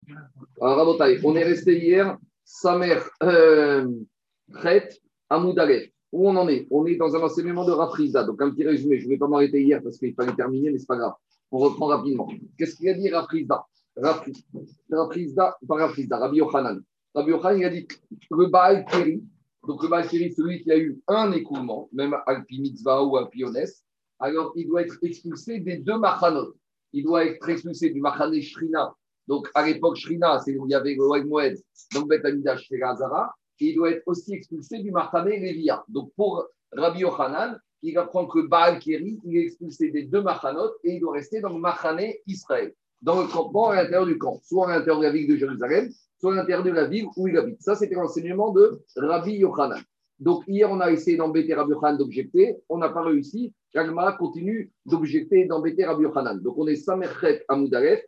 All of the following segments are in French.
Alors, Rabotai, on est resté hier, Samer Chet, Hamoud Aleph. Où on en est? On est dans un enseignement de Rafrizda. Donc, un petit résumé. Je ne vais pas m'arrêter hier parce qu'il fallait terminer, mais ce n'est pas grave. On reprend rapidement. Qu'est-ce qu'il a dit Rafrizda? Rafrizda, pas Rafrizda, Rabbi Yochanan. Rabbi Yochanan, il a dit le Baal Keri. Donc, le Baal Keri, celui qui a eu un écoulement, même Alpi Mitzvah ou Alpi Ones, alors il doit être expulsé des deux machanot. Il doit être expulsé du Machane Shrina. Donc, à l'époque, Shrina, c'est où il y avait le Oeg Moed, donc Beth Amidash, c'est Hazara. Et il doit être aussi expulsé du Machane Lévia. Donc, pour Rabbi Yochanan, il va prendre que Baal Keri, il est expulsé des deux Machanot et il doit rester dans le Machane Israël, dans le campement à l'intérieur du camp, soit à l'intérieur de la ville de Jérusalem, soit à l'intérieur de la ville où il habite. Ça, c'était l'enseignement de Rabbi Yochanan. Donc, hier, on a essayé d'embêter Rabbi Yochanan d'objecter. On n'a pas réussi. Jagmara continue d'objecter et d'embêter Rabbi Yochanan. Donc, on est Samerchet Hamoud Aleph,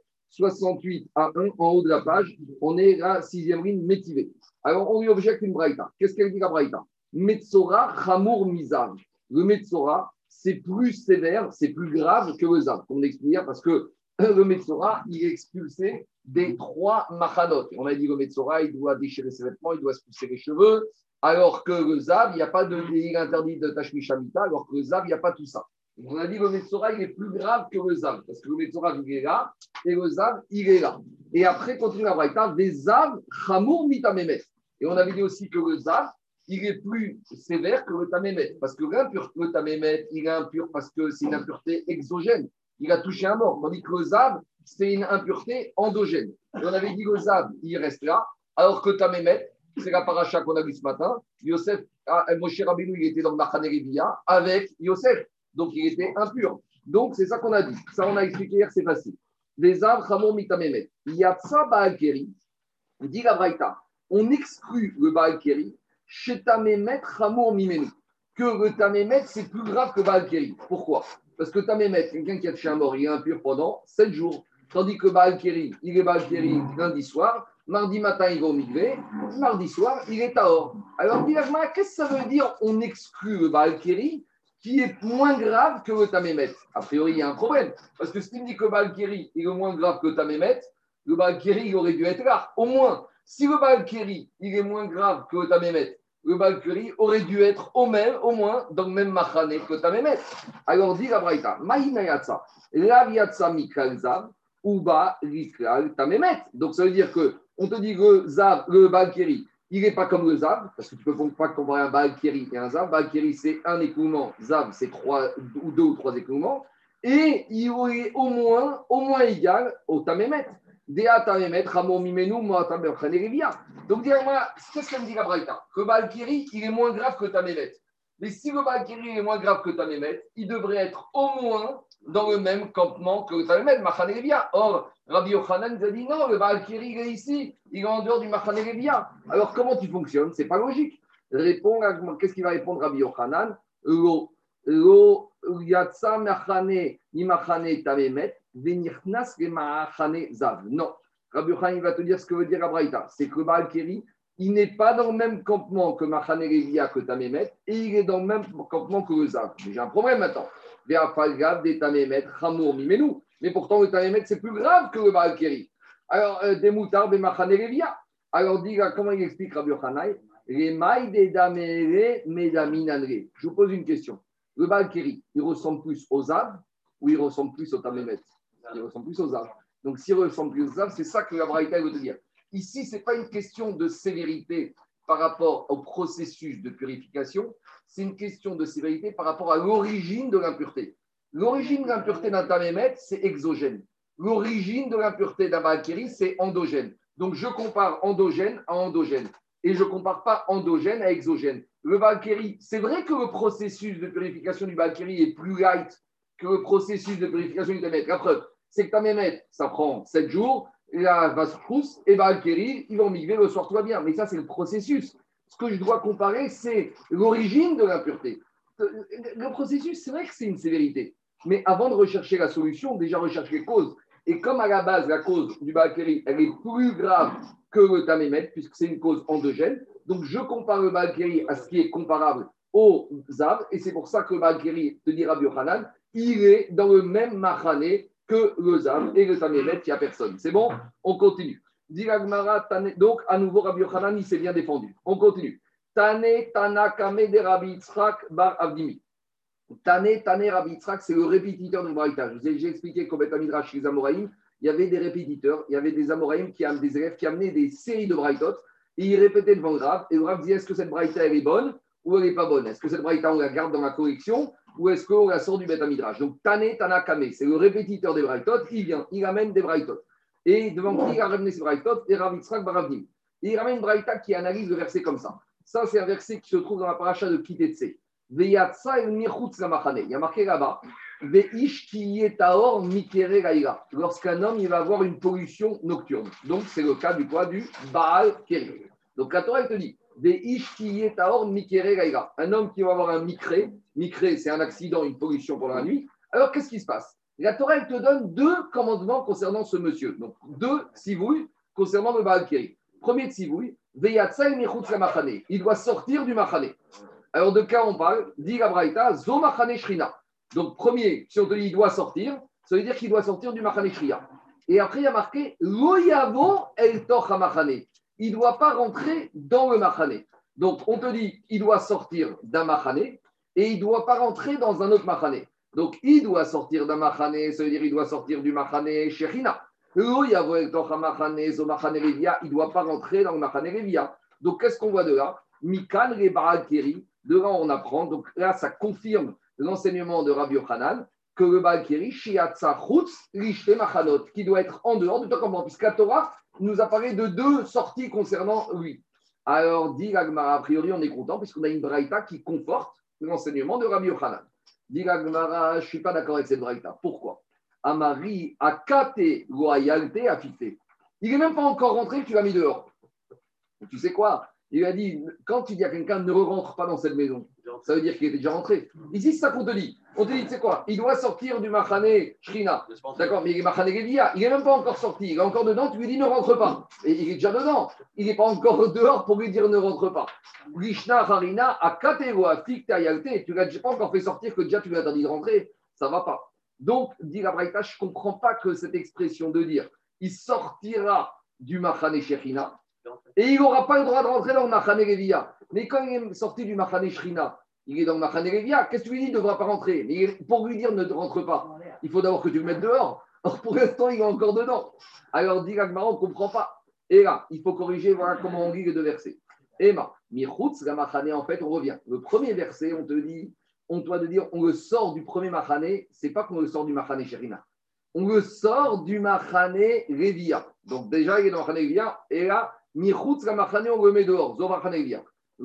68 à 1 en haut de la page. On est la sixième ligne métivée. Alors, on lui objecte une braïta. Qu'est-ce qu'elle dit la braïta? Metzora Chamour Mizar. Le Metzora, c'est plus sévère, c'est plus grave que le Zav. On explique parce que le Metzora, il est expulsé des trois machanot. On a dit le Metzora, il doit déchirer ses vêtements, il doit se pousser les cheveux, alors que le Zav, il n'y a pas de, il est interdit de Tashmi Shamita, alors que le Zav, il n'y a pas tout ça. Donc on a dit que le Metzora, il est plus grave que le Zav, parce que le Metzora, il est là, et le Zav, il est là. Et après, continue la braïta, des Zav, Chamour Mitamemet. Et on avait dit aussi que le Zav, il est plus sévère que le Tamémet, parce que le Tamémet, il est impur parce que c'est une impureté exogène. Il a touché un mort, tandis que le Zav, c'est une impureté endogène. Et on avait dit que le Zav, il reste là, alors que Tamémet, c'est la paracha qu'on a vue ce matin. Yosef, Moshe Rabbeinu, il était dans le Machane Revia avec Yosef. Donc, il était impur. Donc, c'est ça qu'on a dit. Ça, on a expliqué hier, c'est facile. Les arbres, Chamor Mitamemet. Yatsa Baal Keri, dit la Braïta. On exclut le Baal Keri, chez Tamémet, Chamor Mimenu. Que le Tamémet, c'est plus grave que Baal Keri. Pourquoi? Parce que Tamémet, quelqu'un qui a touché un mort, il est impur pendant 7 jours. Tandis que Baal Keri, il est Baal Keri lundi soir. Mardi matin, il va au Mikvé. Mardi soir, il est à Or. Alors, qu'est-ce que ça veut dire on exclut le Baal Keri qui est moins grave que le Tamémet? A priori, il y a un problème. Parce que si tu me dis que le Baal Keri est moins grave que le Tamémet, le Baal Keri, il aurait dû être là. Au moins, si le Baal Keri, il est moins grave que le Tamémet, le Baal Keri aurait dû être au moins dans le même Machané que le Tamémet. Alors, dit la Braïta, Mahina Yatsa, Lav Yatsa Mikal Zav, Uba Riklal Tamémet. Donc, ça veut dire que on te dit que le Baal Keri, il n'est pas comme le Zav, parce que tu ne peux pas comparer un Baal Keri et un Zav. Baal Keri, c'est un écoulement, Zav, c'est deux ou trois écoulements, et il est au moins égal au Tamémet. Dea Tamémet, Ramon Mimenu, Moatam Berkhanerivia. Donc, dis-moi, qu'est-ce qu'elle me dit la Braïta? Que Baal Keri, il est moins grave que Tamémet. Mais si le Baal Keri est moins grave que Tamémet, il devrait être au moins dans le même campement que Tamémet, Machane Revia. Or, Rabbi Yochanan nous a dit non, le Baal Keri, il est ici, il est en dehors du Machane Revia. Alors, comment tu fonctionnes? C'est pas logique. Qu'est-ce qu'il va répondre Rabbi Yochanan? Lo yatsa machane ni machane tamémet, venirnas le machane zav. Non. Rabbi Yochanan va te dire ce que veut dire la Braïta. C'est que le Baal Keri, il n'est pas dans le même campement que Machane Revia, que Tamémet, et il est dans le même campement que le Zav. J'ai un problème maintenant. Mais pourtant, le Tamémet, c'est plus grave que le Baal Keri. Alors, des moutards, des Machane Revia. Alors, dis, comment il explique Rabbi Yochanan? Les mailles des damere, medaminanre. Je vous pose une question. Le Baal Keri, il ressemble plus aux Zav ou il ressemble plus au Tamémet? Il ressemble plus aux Zav. Donc, s'il ressemble plus aux Zav, c'est ça que la Braïta veut te dire. Ici, ce n'est pas une question de sévérité par rapport au processus de purification, c'est une question de sévérité par rapport à l'origine de l'impureté. L'origine de l'impureté d'un tamémet, c'est exogène. L'origine de l'impureté d'un Baal Keri, c'est endogène. Donc, je compare endogène à endogène. Et je ne compare pas endogène à exogène. Le Baal Keri, c'est vrai que le processus de purification du Baal Keri est plus light que le processus de purification du tamémet. La preuve, c'est que tamémet, ça prend 7 jours. La Vasprous et Baal Keri, ils vont migrer le soir, tout va bien. Mais ça, c'est le processus. Ce que je dois comparer, c'est l'origine de l'impureté. Le processus, c'est vrai que c'est une sévérité. Mais avant de rechercher la solution, déjà rechercher les causes. Et comme à la base, la cause du Baal Keri, elle est plus grave que le Tamémet, puisque c'est une cause endogène, donc je compare le Baal Keri à ce qui est comparable au Zav. Et c'est pour ça que le Baal Keri, te dit Rabbi Yochanan, il est dans le même machané que le Zav et le Tamémet, il n'y a personne. C'est bon? On continue. Dit la Gemara, donc, à nouveau, Rabbi Yochanan, il s'est bien défendu. On continue. Tane, Tana, Kame, de Rabbi Yitzhak, Bar Avdimi. Tane, Rabbi Yitzhak, c'est le répétiteur de Braïta. J'ai expliqué qu'au Beth Midrash, chez les Amoraïm, il y avait des répétiteurs, il y avait des Amoraïm des élèves qui amenaient des séries de Braïtot, et ils répétaient devant le Rav, et le Rav disait est-ce que cette Braïta, elle est bonne ou elle n'est pas bonne? Est-ce que cette Braïta, on la garde dans la collection ou est-ce qu'on la sort du Beth Midrash? Donc, Tane, Tana, Kame, c'est le répétiteur des Braïtot, il vient, il amène des Braïtot. Et devant qui il a ramené ces Braïtot? Et Rav Yitzhak Bar Avdim. Et il ramène une Braïta qui analyse le verset comme ça. Ça, c'est un verset qui se trouve dans la paracha de Kitetse. Il y a marqué là-bas, lorsqu'un homme il va avoir une pollution nocturne. Donc, c'est le cas du quoi? Du Baal Keri. Donc, la Torah, elle te dit, un homme qui va avoir un mikré, c'est un accident, une pollution pendant la nuit. Alors, qu'est-ce qui se passe? La Torah, elle te donne 2 commandements concernant ce monsieur. Donc, 2 sivouilles concernant le Baal Keri. Premier sivouille, il doit sortir du machane. Alors, de quoi on parle? Dit la Braïta, Zo Machane Shrina. Donc, premier, si on te dit il doit sortir, ça veut dire qu'il doit sortir du Machane Shria. Et après, il y a marqué Loyavo El Toch Machane. Il ne doit pas rentrer dans le Machane. Donc, on te dit il doit sortir d'un Machane et il ne doit pas rentrer dans un autre Machane. Donc, il doit sortir d'un Machane, ça veut dire qu'il doit sortir du Machane Shechina. Loyavo El Toch Machane, Zo Machane Levia, il ne doit pas rentrer dans le Machane Levia. Donc, qu'est-ce qu'on voit de là? Mikan le Baal Keri. De là, on apprend, donc là, ça confirme l'enseignement de Rabbi Yochanan que le Baal Keri, Shiatsa Chutz, Lishte Machanot, qui doit être en dehors du Torah, puisque la Torah nous a parlé de 2 sorties concernant lui. Alors, dit la Gemara, a priori, on est content, puisqu'on a une Braïta qui conforte l'enseignement de Rabbi Yochanan. Dit la Gemara, je ne suis pas d'accord avec cette Braïta. Pourquoi? Amari, Akate, loyauté, affixé. Il n'est même pas encore rentré, tu l'as mis dehors. Tu sais quoi? Il a dit, quand tu dis à quelqu'un ne rentre pas dans cette maison, ça veut dire qu'il était déjà rentré. Ici, c'est ça qu'on te dit. On te dit, tu sais quoi? Il doit sortir du Machane Shrina. D'accord, mais il est Machane Revia. Il n'est même pas encore sorti. Il est encore dedans. Tu lui dis ne rentre pas. Et il est déjà dedans. Il n'est pas encore dehors pour lui dire ne rentre pas. Rishna Harina a Katewa Fikta Yalte. Tu ne l'as déjà pas encore fait sortir que déjà tu lui as interdit de rentrer. Ça ne va pas. Donc, dit la Braïta, je ne comprends pas que cette expression de dire il sortira du Machane Shrina. Et il n'aura pas le droit de rentrer dans le Machane Revia. Mais quand il est sorti du Machane Shrina, il est dans le Machane Revia. Qu'est-ce que tu lui dis? Il ne devra pas rentrer. Mais pour lui dire ne rentre pas, il faut d'abord que tu le mettes dehors. Or, pour l'instant, il est encore dedans. Alors, dit Gagmara, on ne comprend pas. Et là, il faut corriger, voilà comment on lit les 2 versets. Emma, Mirchutz, la Machane, en fait, on revient. Le premier verset, on te dit, on doit te dire, on le sort du premier Machane, c'est pas qu'on le sort du Machane Shrina. On le sort du Machane Revia. Donc, déjà, il est dans le Machane Revia. Et là, Mirchutz, la Machane, on le met dehors. Zo Machane Revia.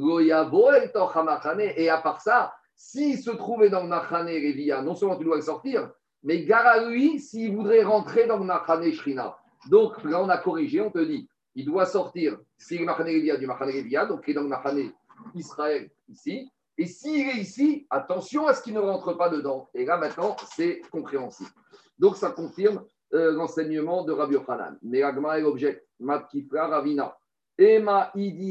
Et à part ça, s'il se trouvait dans le Machane Revia, non seulement tu dois le sortir, mais gare à lui s'il voudrait rentrer dans le Machane Shrina. Donc là, on a corrigé, on te dit, il doit sortir, s'il est Machane Revia, du Machane Revia, donc il est dans le Machane Israël ici. Et s'il est ici, attention à ce qu'il ne rentre pas dedans. Et là, maintenant, c'est compréhensible. Donc ça confirme l'enseignement de Rabbi Yochanan. Mais Agma est l'objet, Matkifra Ravina. Je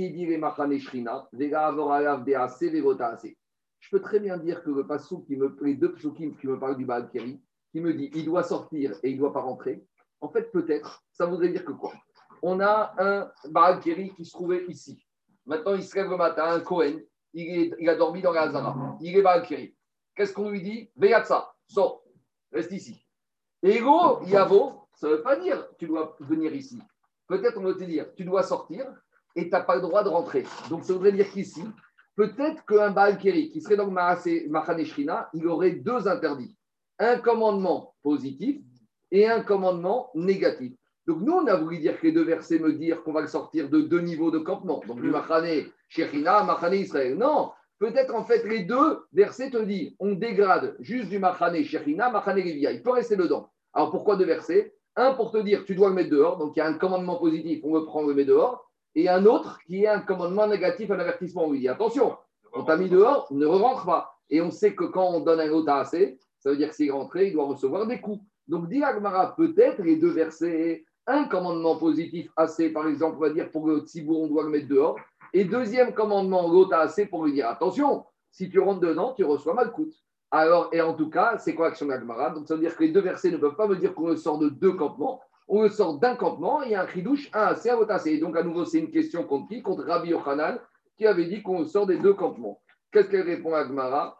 peux très bien dire que le passouk les 2 psukim qui me parlent du Baal Keri, qui me dit il doit sortir et il ne doit pas rentrer, en fait, peut-être, ça voudrait dire que quoi? On a un Baal Keri qui se trouvait ici. Maintenant, il se lève le matin, un Kohen, il a dormi dans la Hazara. Il est Baal Keri. Qu'est-ce qu'on lui dit? Veyatsa, sors, reste ici. Ego, Yavo, ça ne veut pas dire tu dois venir ici. Peut-être on va te dire, tu dois sortir et tu n'as pas le droit de rentrer. Donc, ça voudrait dire qu'ici, peut-être qu'un Baal Keri qui serait dans le Machane Shrina, il aurait 2 interdits. Un commandement positif et un commandement négatif. Donc, nous, on a voulu dire que les 2 versets me disent qu'on va le sortir de 2 niveaux de campement. Donc, du Machane Shrina, Machane Israël. Non, peut-être en fait, les 2 versets te disent on dégrade juste du Machane Shrina, Machane Revia. Il peut rester dedans. Alors, pourquoi 2 versets? Un pour te dire tu dois le mettre dehors, donc il y a un commandement positif, on le prend, on le met dehors, et un autre qui est un commandement négatif, un avertissement. On lui dit attention, on t'a mis dehors, ne rentre pas. Et on sait que quand on donne un autre assez, ça veut dire que s'il est rentré, il doit recevoir des coups. Donc dit Agmara, peut-être les 2 versets, un commandement positif assez, par exemple, on va dire pour le tzibour, on doit le mettre dehors, et deuxième commandement, l'autre assez pour lui dire attention, si tu rentres dedans, tu reçois malcoute. Alors, et en tout cas, c'est quoi l'action d'Agmara? Donc, ça veut dire que les 2 versets ne peuvent pas me dire qu'on le sort de 2 campements. on le sort d'un campement, il y a un chidouche, un assez avotassé. Et donc, à nouveau, c'est une question contre qui? Contre Rabbi Yochanan, qui avait dit qu'on sort des deux campements. Qu'est-ce qu'elle répond à Gemara?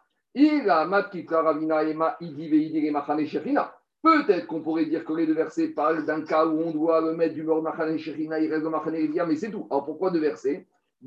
Peut-être qu'on pourrait dire que les deux versets parlent d'un cas où on doit le mettre du bord Machane Shechina, il reste dans Machane Rivia, mais c'est tout. Alors pourquoi deux versets?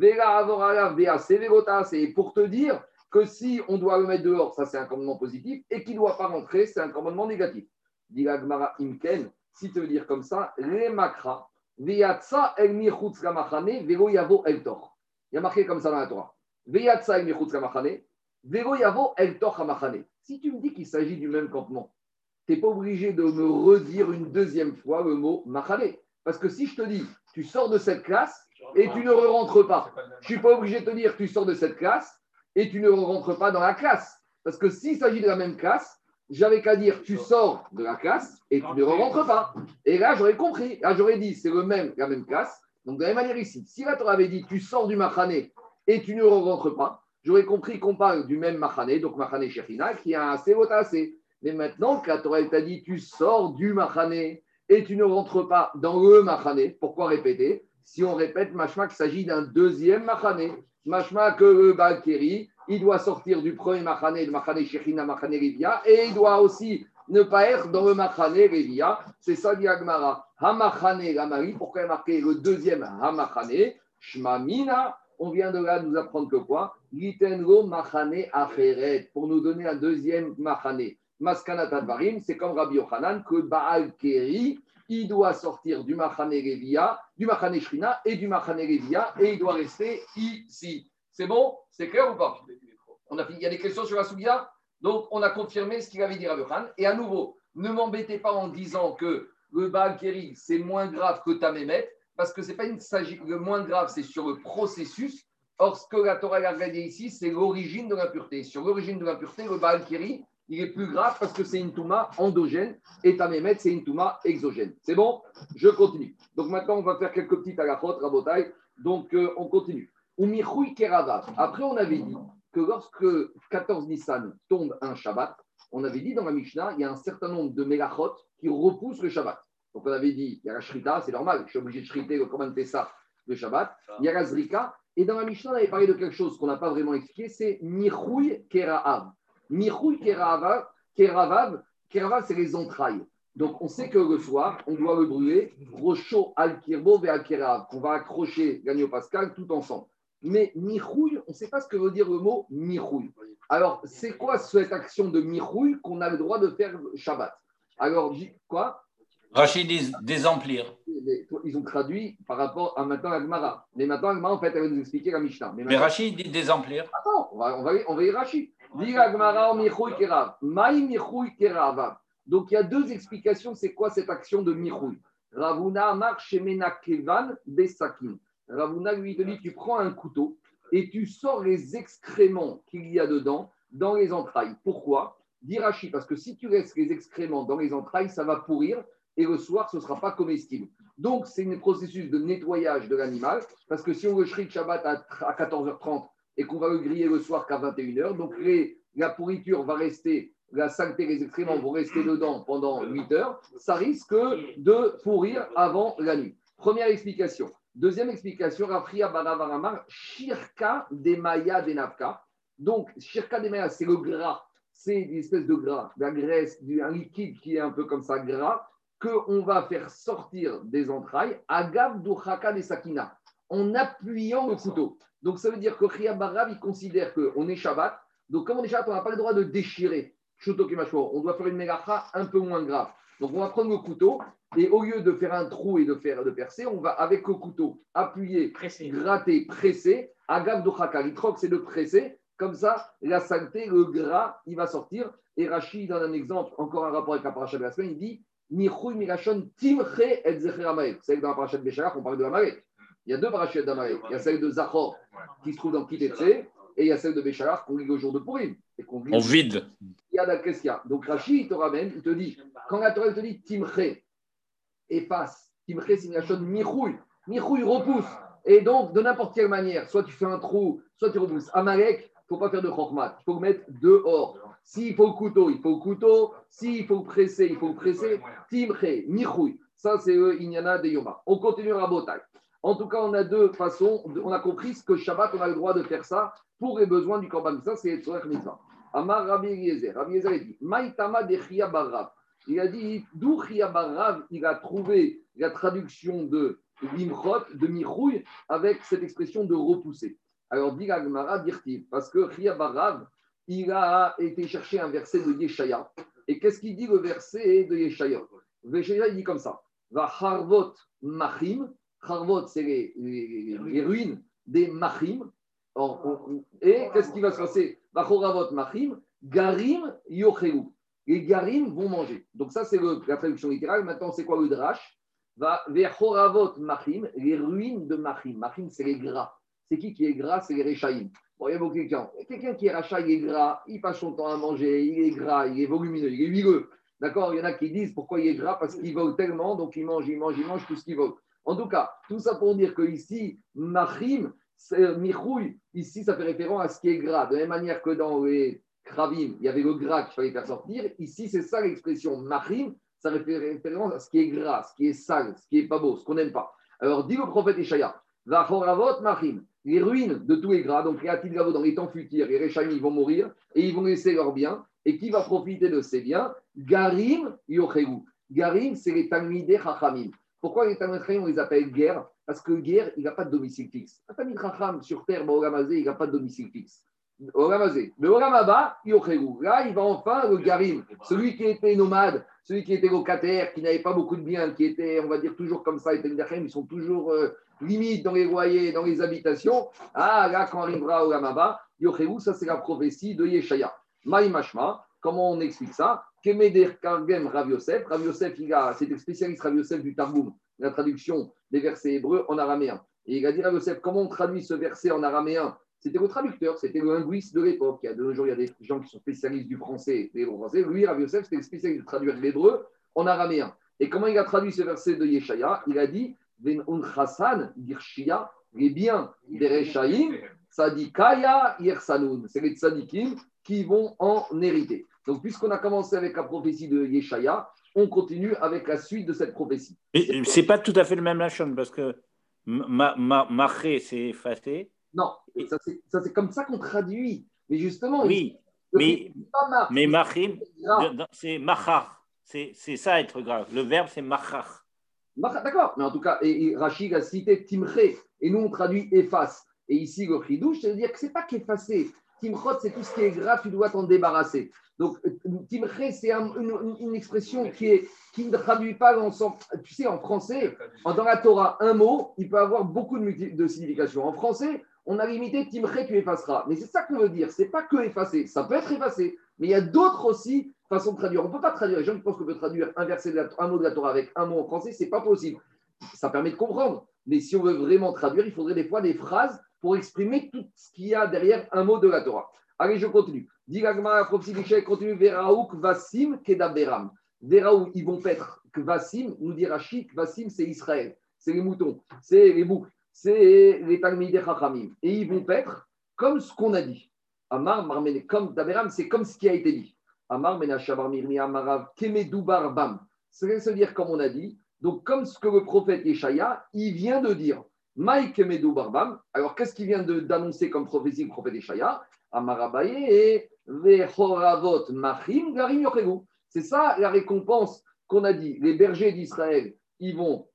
C'est pour te dire que si on doit le mettre dehors, ça c'est un commandement positif, et qu'il ne doit pas rentrer, c'est un commandement négatif. Dit la Gemara Imken, si tu veux dire comme ça, les makra, veyatsa el michutz gamachane, velo yavo el tor. Il y a marqué comme ça dans la Torah. Veyatsa el michutz gamachane, velo yavo el tor gamachane. Si tu me dis qu'il s'agit du même campement, tu n'es pas obligé de me redire une deuxième fois le mot machane. Parce que si je te dis, tu sors de cette classe et tu ne rentres pas, je ne suis pas obligé de te dire, tu sors de cette classe et tu ne rentres pas dans la classe. Parce que s'il s'agit de la même classe, j'avais qu'à dire, tu sors de la classe et tu ne rentres pas. Et là, j'aurais compris. Là, j'aurais dit, c'est la même classe. Donc, de la même manière ici, si la Torah avait dit, tu sors du machane et tu ne rentres pas, j'aurais compris qu'on parle du même machane, donc machane shechina, qui a un assez. Mais maintenant que la Torah t'a dit tu sors du machane et tu ne rentres pas dans le machane, pourquoi répéter? Si on répète, machma qu'il s'agit d'un deuxième machane, machma que le Balkeri, il doit sortir du premier machane, le machane Shechina, machane Rivia, et il doit aussi ne pas être dans le machane Rivia. C'est ça dit Agmara. Hamachane Gamari, pourquoi il a marqué le deuxième Hamachane? Shmamina. On vient de là nous apprendre que quoi? Litengo machane aferet, pour nous donner un deuxième machane. Maskanat Advarim, c'est comme Rabbi Yochanan que Baal Keri, il doit sortir du Machane Revia, du Machane Shrina et du Machane Revia et il doit rester ici. C'est bon? C'est clair ou pas? On a fini. Il y a des questions sur la Sougia? Donc, on a confirmé ce qu'il avait dit Rabbi Yochanan. Et à nouveau, ne m'embêtez pas en disant que le Baal Keri, c'est moins grave que Tamémet, parce que c'est pas le moins grave, c'est sur le processus. Or, ce que la Torah a regardé ici, c'est l'origine de l'impureté. Sur l'origine de l'impureté, le Baal Keri, il est plus grave parce que c'est une touma endogène et Tamémet, c'est une touma exogène. C'est bon? Je continue. Donc maintenant, on va faire quelques petites halachot, rabotai. Donc on continue. Umichui keravav. Après, on avait dit que lorsque 14 Nissan tombe un Shabbat, on avait dit dans la Mishnah, il y a un certain nombre de mélachot qui repoussent le Shabbat. Donc on avait dit, il y a la Shrita, c'est normal, je suis obligé de shriter le Korban Pessah, le Shabbat. Il y a la Zrika. Et dans la Mishnah, on avait parlé de quelque chose qu'on n'a pas vraiment expliqué, c'est Michui keravav. Michouï Keravav, c'est les entrailles. Donc, on sait que le soir, on doit le brûler, Rocho al-Kirbo ve al-Kerav, qu'on va accrocher Gagno Pascal tout ensemble. Mais Michouï, on ne sait pas ce que veut dire le mot Michouï. Alors, c'est quoi cette action de Michouï qu'on a le droit de faire Shabbat? Alors, quoi? Rachid désemplir. Ils ont traduit par rapport à maintenant la Gemara. Mais maintenant, la Gemara, en fait, elle va nous expliquer la Mishnah. Mais Rachid dit désemplir. Attends, on va y Rachid. Donc, il y a deux explications. C'est quoi cette action de Michouï? Ravuna Amar Shemena Kevan Besakin. Ravuna lui te dit tu prends un couteau et tu sors les excréments qu'il y a dedans dans les entrailles. Pourquoi? Dit Rachid, parce que si tu laisses les excréments dans les entrailles, ça va pourrir et le soir, ce ne sera pas comestible. Donc, c'est un processus de nettoyage de l'animal parce que si on le shrit Shabbat à 14h30, et qu'on va le griller le soir qu'à 21h. Donc, la pourriture va rester, la saleté, les excréments vont rester dedans pendant 8 heures. Ça risque de pourrir avant la nuit. Première explication. Deuxième explication, Rafria Baravaramar, Shirka Demaya Denavka. Donc, Shirka Demaya, c'est le gras. C'est une espèce de gras, de la graisse, un liquide qui est un peu comme ça, gras, qu'on va faire sortir des entrailles, Agav Duchaka des Sakina, en appuyant le couteau. Donc, ça veut dire que Chia Barav, il considère qu'on est Shabbat. Donc, comme on est Shabbat, on n'a pas le droit de déchirer. On doit faire une mélacha un peu moins grave. Donc, on va prendre le couteau et au lieu de faire un trou et de percer, on va, avec le couteau, appuyer, gratter, presser. Agav dochaka, l'itroc, c'est de presser. Comme ça, la saleté, le gras, il va sortir. Et Rachid donne un exemple, encore un rapport avec la paracha de la semaine, il dit Michouy Mirachon Timche et Zecher Amalek. C'est que dans la paracha de Béchalach, on parle de Amalek. Il y a deux parachutes d'Amalek. Il y a celle de Zachor qui se trouve dans Kitetse et il y a celle de Béchalach qu'on lit le jour de Purim. On vide. Il y a qu'est-ce qu'il y a? Donc Rachid, il te ramène, il te dit, quand la Torah te dit Timche, efface, Timche, c'est une chose Michouy. Michouy repousse. Et donc, de n'importe quelle manière, soit tu fais un trou, soit tu repousses. Amalek, il ne faut pas faire de chormat. Il faut le mettre dehors. S'il faut le couteau, il faut le couteau. S'il faut le presser, il faut le presser. Timche, Michouy. Ça, c'est le Inyana de Yoma. On continue à Rabotai. En tout cas, on a deux façons. On a compris que Shabbat, on a le droit de faire ça pour les besoins du Korban. Ça, c'est Tzorech Mitzvah. Amar Rabbi Eliezer. Rabbi Eliezer a dit Maïtama de Chia Barav. Il a dit d'où Chia Barav, il a trouvé la traduction de Limchot, de Michouy, avec cette expression de repousser. Alors, dit la Gemara, dirtiv, parce que Chia Barav, il a été chercher un verset de Yeshaya. Et qu'est-ce qu'il dit le verset de Yeshaya? Yeshaya, il dit comme ça Va Harvot Machim. Harvot, c'est les ruines des Machim. Et qu'est-ce qui va se passer Va Choravot Machim, Garim Yochelu. Les Garim vont manger. Donc, ça, c'est la traduction littérale. Maintenant, c'est quoi le drash? Va vers Choravot Machim, les ruines de Machim. Machim, c'est les gras. C'est qui est gras? C'est les Rechaïm. Bon, il y a beaucoup quelqu'un qui est rachat, il est gras, il passe son temps à manger, il est gras, il est volumineux, il est huileux. D'accord? Il y en a qui disent pourquoi il est gras, parce qu'il vole tellement, donc il mange tout ce qu'il vole. En tout cas, tout ça pour dire que ici, Machim, Michouy, ici, ça fait référence à ce qui est gras. De la même manière que dans les Kravim, il y avait le gras qu'il fallait faire sortir. Ici, c'est ça l'expression Machim, ça fait référence à ce qui est gras, ce qui est sale, ce qui n'est pas beau, ce qu'on n'aime pas. Alors, dit le prophète Ishaïa, Vachoravot Machim, les ruines de tous les gras, donc les Atid Gavo dans les temps futurs, les Réchaïm, ils vont mourir et ils vont laisser leurs biens. Et qui va profiter de ces biens? Garim Yochelu. Garim, c'est les Talmidei Chachamim. Pourquoi les Talmidei Chachamim, on les appelle guerre? Parce que guerre, il n'a pas de domicile fixe. Un Talmid Chacham sur terre, Olamazé, il n'a pas de domicile fixe. Olamazé. Mais Olamaba, Yochelu. Là, il va enfin le Garim. Celui qui était nomade, celui qui était locataire, qui n'avait pas beaucoup de biens, qui était, on va dire, toujours comme ça, les Talmidei Chachamim, ils sont toujours limite dans les loyers, dans les habitations. Ah, là, quand arrivera Olamaba, Yochelu, ça c'est la prophétie de Yeshaya. Maïmashma, comment on explique ça? Kemeder Kargem Rav Yosef. Rav Yosef, c'est le spécialiste Rav Yosef du Targum, la traduction des versets hébreux en araméen. Et il a dit Rav Yosef, comment on traduit ce verset en araméen? C'était le traducteur, c'était le linguiste de l'époque. Il y a de nos jours, il y a des gens qui sont spécialistes du français, des hébreux français. Lui, Rav Yosef, c'était le spécialiste de traduire l'hébreu en araméen. Et comment il a traduit ce verset de Yeshaya? Il a dit Ven un Chassan, Dirshia, les biens des Rechaïm, Sadikaya, Yersanoun. C'est les tzadikim qui vont en hériter. Donc, puisqu'on a commencé avec la prophétie de Yeshaya, on continue avec la suite de cette prophétie. Et c'est pas tout à fait le même lachon, parce que marché, c'est effacé. Non, ça c'est comme ça qu'on traduit. Mais justement, oui, mais machim, c'est machar. C'est ça être grave. Le verbe, c'est machar. D'accord, mais en tout cas, et Rachid a cité timche, et nous on traduit efface. Et ici, le chidouche, c'est-à-dire que ce n'est pas qu'effacer. Timchot, c'est tout ce qui est gras, tu dois t'en débarrasser. Donc, timche, c'est une expression qui ne traduit pas l'ensemble. Tu sais, en français, dans la Torah, un mot, il peut avoir beaucoup de significations. En français, on a limité timche, tu effaceras. Mais c'est ça qu'on veut dire. C'est pas que effacer. Ça peut être effacé. Mais il y a d'autres aussi façons de traduire. On ne peut pas traduire. Les gens qui pensent qu'on peut traduire un mot de la Torah avec un mot en français, ce n'est pas possible. Ça permet de comprendre. Mais si on veut vraiment traduire, il faudrait des fois des phrases pour exprimer tout ce qu'il y a derrière un mot de la Torah. Allez, je continue. Digagma, la prophétie d'Ishaï continue. Veraou, Kvasim, Kedaberam. Veraou, ils vont paître. Kvasim, nous dit Rachid, Kvasim, c'est Israël. C'est les moutons, c'est les boucs, c'est les Talmidei Chachamim. Et ils vont paître comme ce qu'on a dit. Amar, Marmene, comme Daberam, c'est comme ce qui a été dit. Amar, Menashabar, Mirmi, Amarav, Kemedoubar, Bam. C'est se dire comme on a dit. Donc, comme ce que le prophète Yeshaya, il vient de dire. Maïk Medou Barbam. Alors, qu'est-ce qu'il vient d'annoncer comme prophétie le prophète Yeshaya? Amarabaye et Vehoravot Machim Garim Yochelu. C'est ça la récompense qu'on a dit. Les bergers d'Israël, ils vont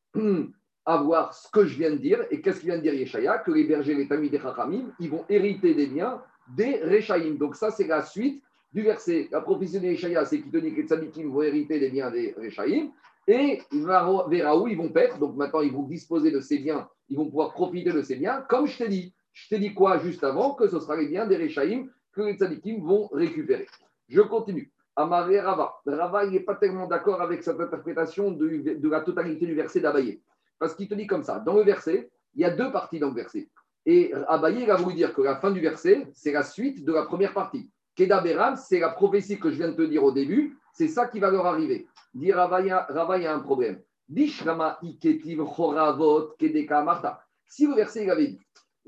avoir ce que je viens de dire. Et qu'est-ce qu'il vient de dire Yeshaya? Que les bergers, les Talmidei Chachamim, ils vont hériter des biens des Rechaïm. Donc, ça, c'est la suite du verset. La prophétie de Yeshaya, c'est qu'il te dit que les Tzadikim vont hériter des biens des Rechaïm. Et Veraou, ils vont paître. Donc maintenant, ils vont disposer de ces biens. Ils vont pouvoir profiter de ces biens. Comme je t'ai dit. Je t'ai dit quoi juste avant? Que ce sera les biens des Rechaïm que les Tzadikim vont récupérer. Je continue. Amaré Rava. Rava, il n'est pas tellement d'accord avec cette interprétation de la totalité du verset d'Abaye. Parce qu'il te dit comme ça. Dans le verset, il y a deux parties dans le verset. Et Abaye, il va vous dire que la fin du verset, c'est la suite de la première partie. Kedaberam, c'est la prophétie que je viens de te dire au début. C'est ça qui va leur arriver. Dit Rava, il y a un problème. Dishrama iketiv choravot kedeka marta. Si le verset il avait dit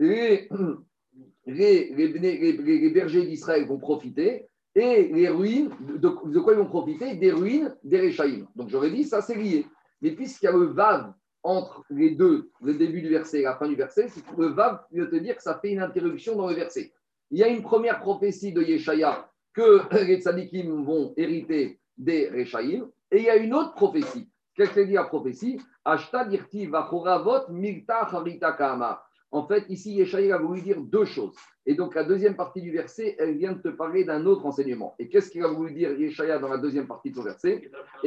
les bergers d'Israël vont profiter et les ruines, de quoi ils vont profiter? Des ruines des Rechaïm. Donc j'aurais dit, ça c'est lié. Mais puisqu'il y a le Vav entre les deux, le début du verset et la fin du verset, c'est que le Vav veut te dire que ça fait une interruption dans le verset. Il y a une première prophétie de Yeshaya que les tzadikim vont hériter des Rechaïm, et il y a une autre prophétie. Qu'est-ce que dit la prophétie? Ashta dirti vachoravot milta harita kama. En fait, ici, Yeshaya a voulu dire deux choses. Et donc, la deuxième partie du verset, elle vient de te parler d'un autre enseignement. Et qu'est-ce qu'il a voulu dire Yeshaya dans la deuxième partie de son verset?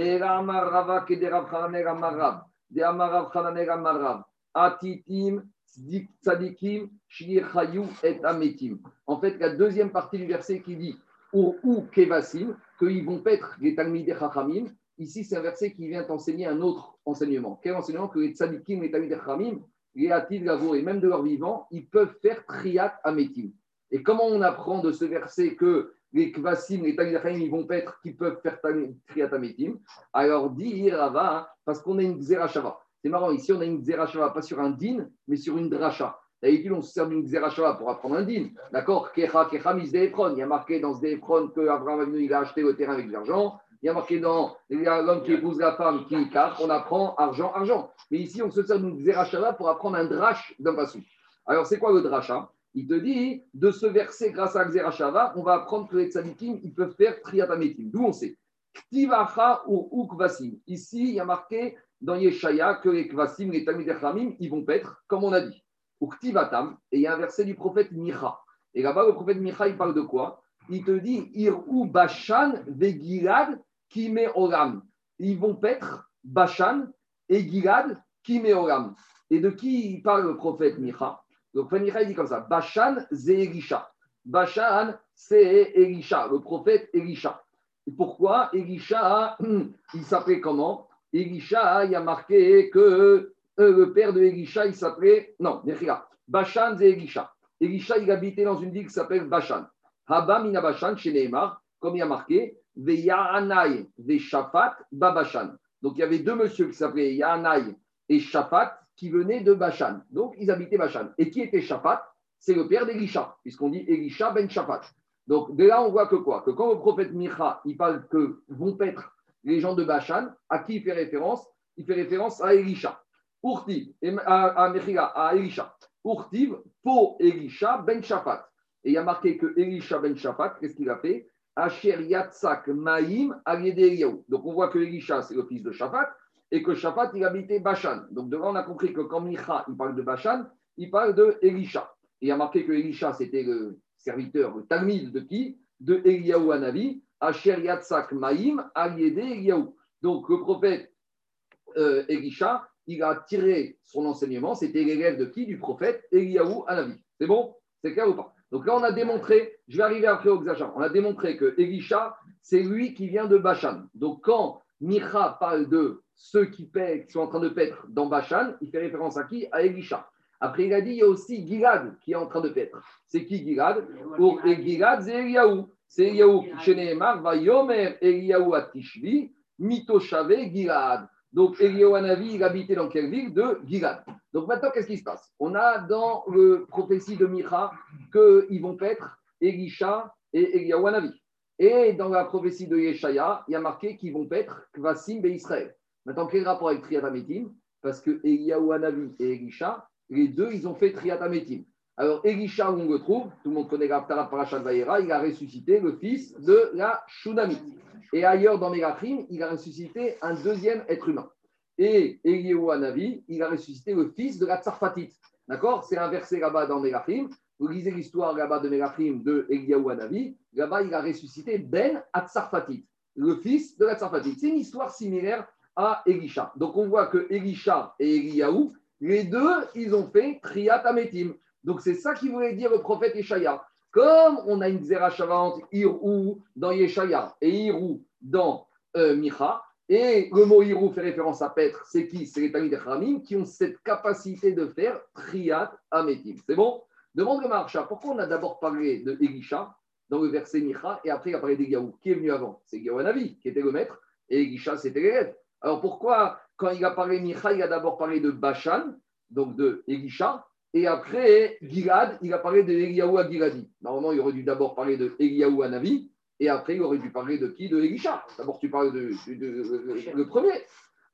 Atitim, tzadikim, shlichayu et ametim. En fait, la deuxième partie du verset qui dit ou kevasim, qu'ils vont paître les talmidei chachamim. Ici, c'est un verset qui vient t'enseigner un autre enseignement. Quel enseignement? Que les tzadikim, les talmidei chachamim, les ativ gavo et même de leur vivant, ils peuvent faire triat ametim. Et comment on apprend de ce verset que les kvasim, les talmidei chachamim, ils vont paître, qu'ils peuvent faire triat ametim? Alors, dit Rava, parce qu'on a une xerashava. C'est marrant, ici, on a une xerashava, pas sur un din, mais sur une dracha. D'habitude, on se sert d'une xerashava pour apprendre un din. D'accord? Kecha misdeefron. Il y a marqué dans ce déefron qu'Abraham Avinu, il a acheté le terrain avec de l'argent. Il y a marqué dans l'homme qui épouse la femme qui carte, on apprend argent, argent. Mais ici, on se sert d'une xerashava pour apprendre un drash d'un passou. Alors, c'est quoi le drasha? Il te dit, de ce verset, grâce à la xerashava, on va apprendre que les tzadikim, ils peuvent faire triatametim. D'où on sait? Ktivacha ou kvasim. Ici, il y a marqué dans Yeshaya que les kvasim, les talmidei chachamim, ils vont paître, comme on a dit. Ou ktivatam, et il y a un verset du prophète Micha. Et là-bas, le prophète Micha, il parle de quoi? Il te dit, Irou Bashan vegilad kime olam. Ils vont paître Bashan et Gilad kime olam. Et de qui parle le prophète Micha? Le prophète Micha, il dit comme ça, Bashan, c'est Elisha. Bashan, c'est Elisha, le prophète Elisha. Et pourquoi Elisha, il s'appelait comment? Elisha, il y a marqué que le père de Elisha, il s'appelait. Non, Nechila. Bashan, c'est Elisha. Elisha, il habitait dans une ville qui s'appelle Bashan. Haba mina Bashan, chez Neymar, comme il y a marqué, Ve Yahanai, Ve Shaphat, Babashan. Donc il y avait deux messieurs qui s'appelaient Yahanai et Shaphat qui venaient de Bashan. Donc ils habitaient Bashan. Et qui était Shaphat? C'est le père d'Elisha, puisqu'on dit Elisha ben Shaphat. Donc, de là, on voit que quoi? Que quand le prophète Micha, il parle que vont paître les gens de Bashan, à qui il fait référence? Il fait référence à Elisha. Urtiv, à Mechila, à Elisha. Urtiv, pour Elisha ben Shaphat. Et il y a marqué que Elisha ben Shaphat, qu'est-ce qu'il a fait? Asher Yatsak Maïm Aliede Eliyahu. Donc, on voit que Elisha, c'est le fils de Shaphat, et que Shaphat, il habitait Bashan. Donc, de là, on a compris que quand Micha, il parle de Bashan, il parle de Elisha. Et il y a marqué que Elisha, c'était le serviteur, le Talmid de qui? De Eliyahu Hanavi, Asher Yatsak Maïm Aliede Eliyahu. Donc, le prophète Elisha, il a tiré son enseignement, c'était l'élève de qui? Du prophète Eliyahu Hanavi. C'est bon? C'est clair ou pas? Donc là, on a démontré, je vais arriver après au Xachar, on a démontré que Elisha, c'est lui qui vient de Bashan. Donc quand Micha parle de ceux qui sont en train de paître dans Bashan, il fait référence à qui? À Elisha. Après, il a dit, il y a aussi Gilad qui est en train de paître. C'est qui Gilad? Et Gilad, c'est Eliyahu. C'est Eliyahu qui, chez Nehemar, va Yomer Eliyahu Atishvi, Mitoshave Gilad. Donc, Eliyahu Hanavi, il habitait dans quelle ville? De Gilad. Donc, maintenant, qu'est-ce qui se passe? On a dans le prophétie de Micha qu'ils vont paître Elisha et Eliyahu Hanavi. Et dans la prophétie de Yeshaya, il y a marqué qu'ils vont paître Kvasim Be Israël. Maintenant, quel rapport avec Triat Ametim? Parce que Eliyahu Hanavi et Elisha, les deux, ils ont fait Triat Ametim. Alors, Elisha, où on le trouve, tout le monde connaît l'Aftara Parashat Vayera, il a ressuscité le fils de la Shunamite. Et ailleurs, dans Mélachim, il a ressuscité un deuxième être humain. Et Eliyahu Hanavi, il a ressuscité le fils de la Tsarfatite. D'accord? C'est un verset là-bas dans Mélachim. Vous lisez l'histoire là-bas de Mélachim de Eliyahu Hanavi. Là-bas, il a ressuscité Ben Atsarfatite, le fils de la Tsarfatite. C'est une histoire similaire à Elisha. Donc, on voit que Elisha et Eliyahu, les deux, ils ont fait Triat Ametim. Donc, c'est ça qu'il voulait dire le prophète Yeshaya. Comme on a une Zerachava entre Irou dans Yeshaya et Irou dans Micha, et le mot Irou fait référence à Petre, c'est qui? C'est les talmidei chachamim qui ont cette capacité de faire Triat Ametim. C'est bon? Demande le Maharsha, pourquoi on a d'abord parlé de Elisha dans le verset Micha et après il a parlé d'Eliyahu? Qui est venu avant? C'est Eliyahu Hanavi qui était le maître et Elisha c'était l'élève. Alors pourquoi, quand il a parlé Micha, il a d'abord parlé de Bashan, donc de Elisha, et après Gilad, il a parlé de Eliyahu à Giladi. Normalement, il aurait dû d'abord parler de Eliyahu Hanavi, et après il aurait dû parler de qui? De Elisha. D'abord, tu parles le premier.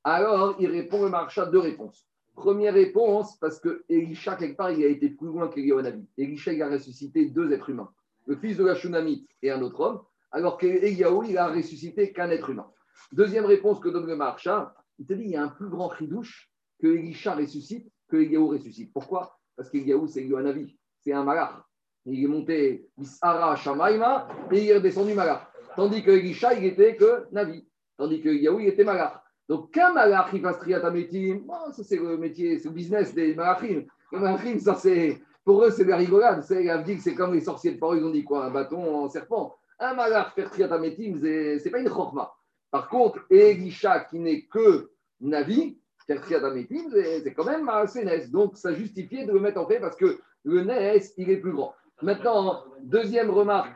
Alors, il répond le marcha deux réponses. Première réponse, parce que Elisha, quelque part, il a été plus loin qu'Eliyahu Hanavi. Elisha, il a ressuscité deux êtres humains, le fils de la Shunamite et un autre homme, alors qu'Eliyahu, il a ressuscité qu'un être humain. Deuxième réponse que donne le marcha, il te dit il y a un plus grand chidouche que Elisha ressuscite que Eliyahu ressuscite. Pourquoi? Parce qu'Eliyahu, c'est Eliyahu Hanavi, c'est un malach. Il est monté Bisara Shamaïma et il est redescendu malach. Tandis que Elisha, il était que Navi. Tandis que Eliyahu, il était malach. Donc, qu'un malach, il fasse triat ametim, ça c'est le métier, c'est le business des malachim. Les malachim, ça c'est, pour eux, c'est de la rigolade. C'est comme les sorciers de Paro, ils ont dit quoi, un bâton en serpent. Un malach faire triat ametim, c'est pas une chorma. Par contre, Elisha, qui n'est que Navi, faire triat ametim, c'est quand même assez nes. Donc, ça justifiait de le mettre en fait parce que le nes, il est plus grand. Maintenant, deuxième remarque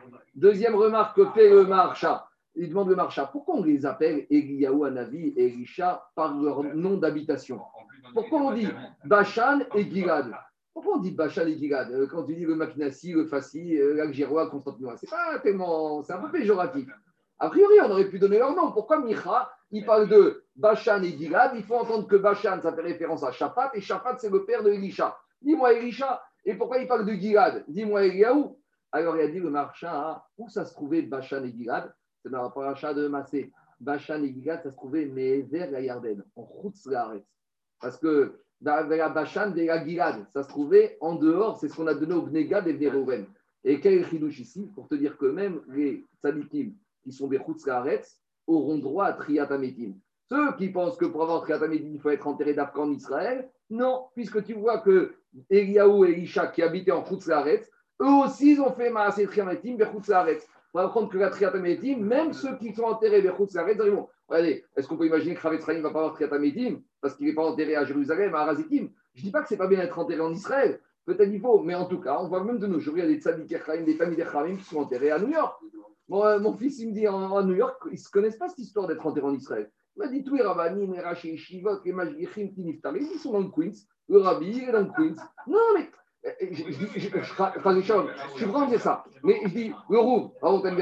que fait le marcha. Il demande le marcha, pourquoi on les appelle Eliyahu Hanavi et Elisha par leur nom d'habitation? Pourquoi on dit Bachan et Gilad? Pourquoi on dit Bachan et Gilad? Quand tu dis le Makinassi, le Fassi, l'Algérois, Constantinois, c'est pas tellement, c'est un peu péjoratif. A priori, on aurait pu donner leur nom. Pourquoi Micha, il parle de Bachan et Gilad? Il faut entendre que Bachan, ça fait référence à Shaphat, et Shaphat, c'est le père de Elisha. Dis-moi Elisha, et pourquoi il parle de Gilad? Dis-moi Eliyahu. Alors il a dit le marcha, où ça se trouvait Bachan et Gilad? C'est dans la paracha de Massé. Bachan et Gilad, ça se trouvait mais vers la Yarden, en Chutz Laaretz. Parce que dans la Bachan et la Gilad, ça se trouvait en dehors, c'est ce qu'on a donné au Bnegad et Vérouven. Et quel est le chidouche ici? Pour te dire que même les tzadikim qui sont des Chutz Laaretz auront droit à Triat Ametim. Ceux qui pensent que pour avoir Triat Ametim, il faut être enterré d'Afghan en Israël, non, puisque tu vois que Eliyahu et Elisha qui habitaient en Chutz Laaretz, eux aussi, ils ont fait Maaseh Triat Ametim vers Chutz Laaretz. On va apprendre que la Triat Ametim, même ceux qui sont enterrés vers Chutz Laaretz, ils vont. Regardez, est-ce qu'on peut imaginer que Chavetz Chaim ne va pas avoir Triat Ametim parce qu'il n'est pas enterré à Jérusalem, à Arazitim? Je ne dis pas que ce n'est pas bien d'être enterré en Israël. Peut-être il faut, mais en tout cas, on voit même de nos jours, il y a des tzaddik Chaim, des Tamid Chaim qui sont enterrés à New York. Bon, mon fils, il me dit en New York, ils ne se connaissent pas cette histoire d'être enterré en Israël. Il m'a dit tous les rabbanim, les Rashi Shivot, les Majgichim, qui niftarim, ils sont dans le Queens. Le rabbi, il est dans le Queens. Non, mais. Je suis prêt à dire ça. Mais je dis, le Rouv,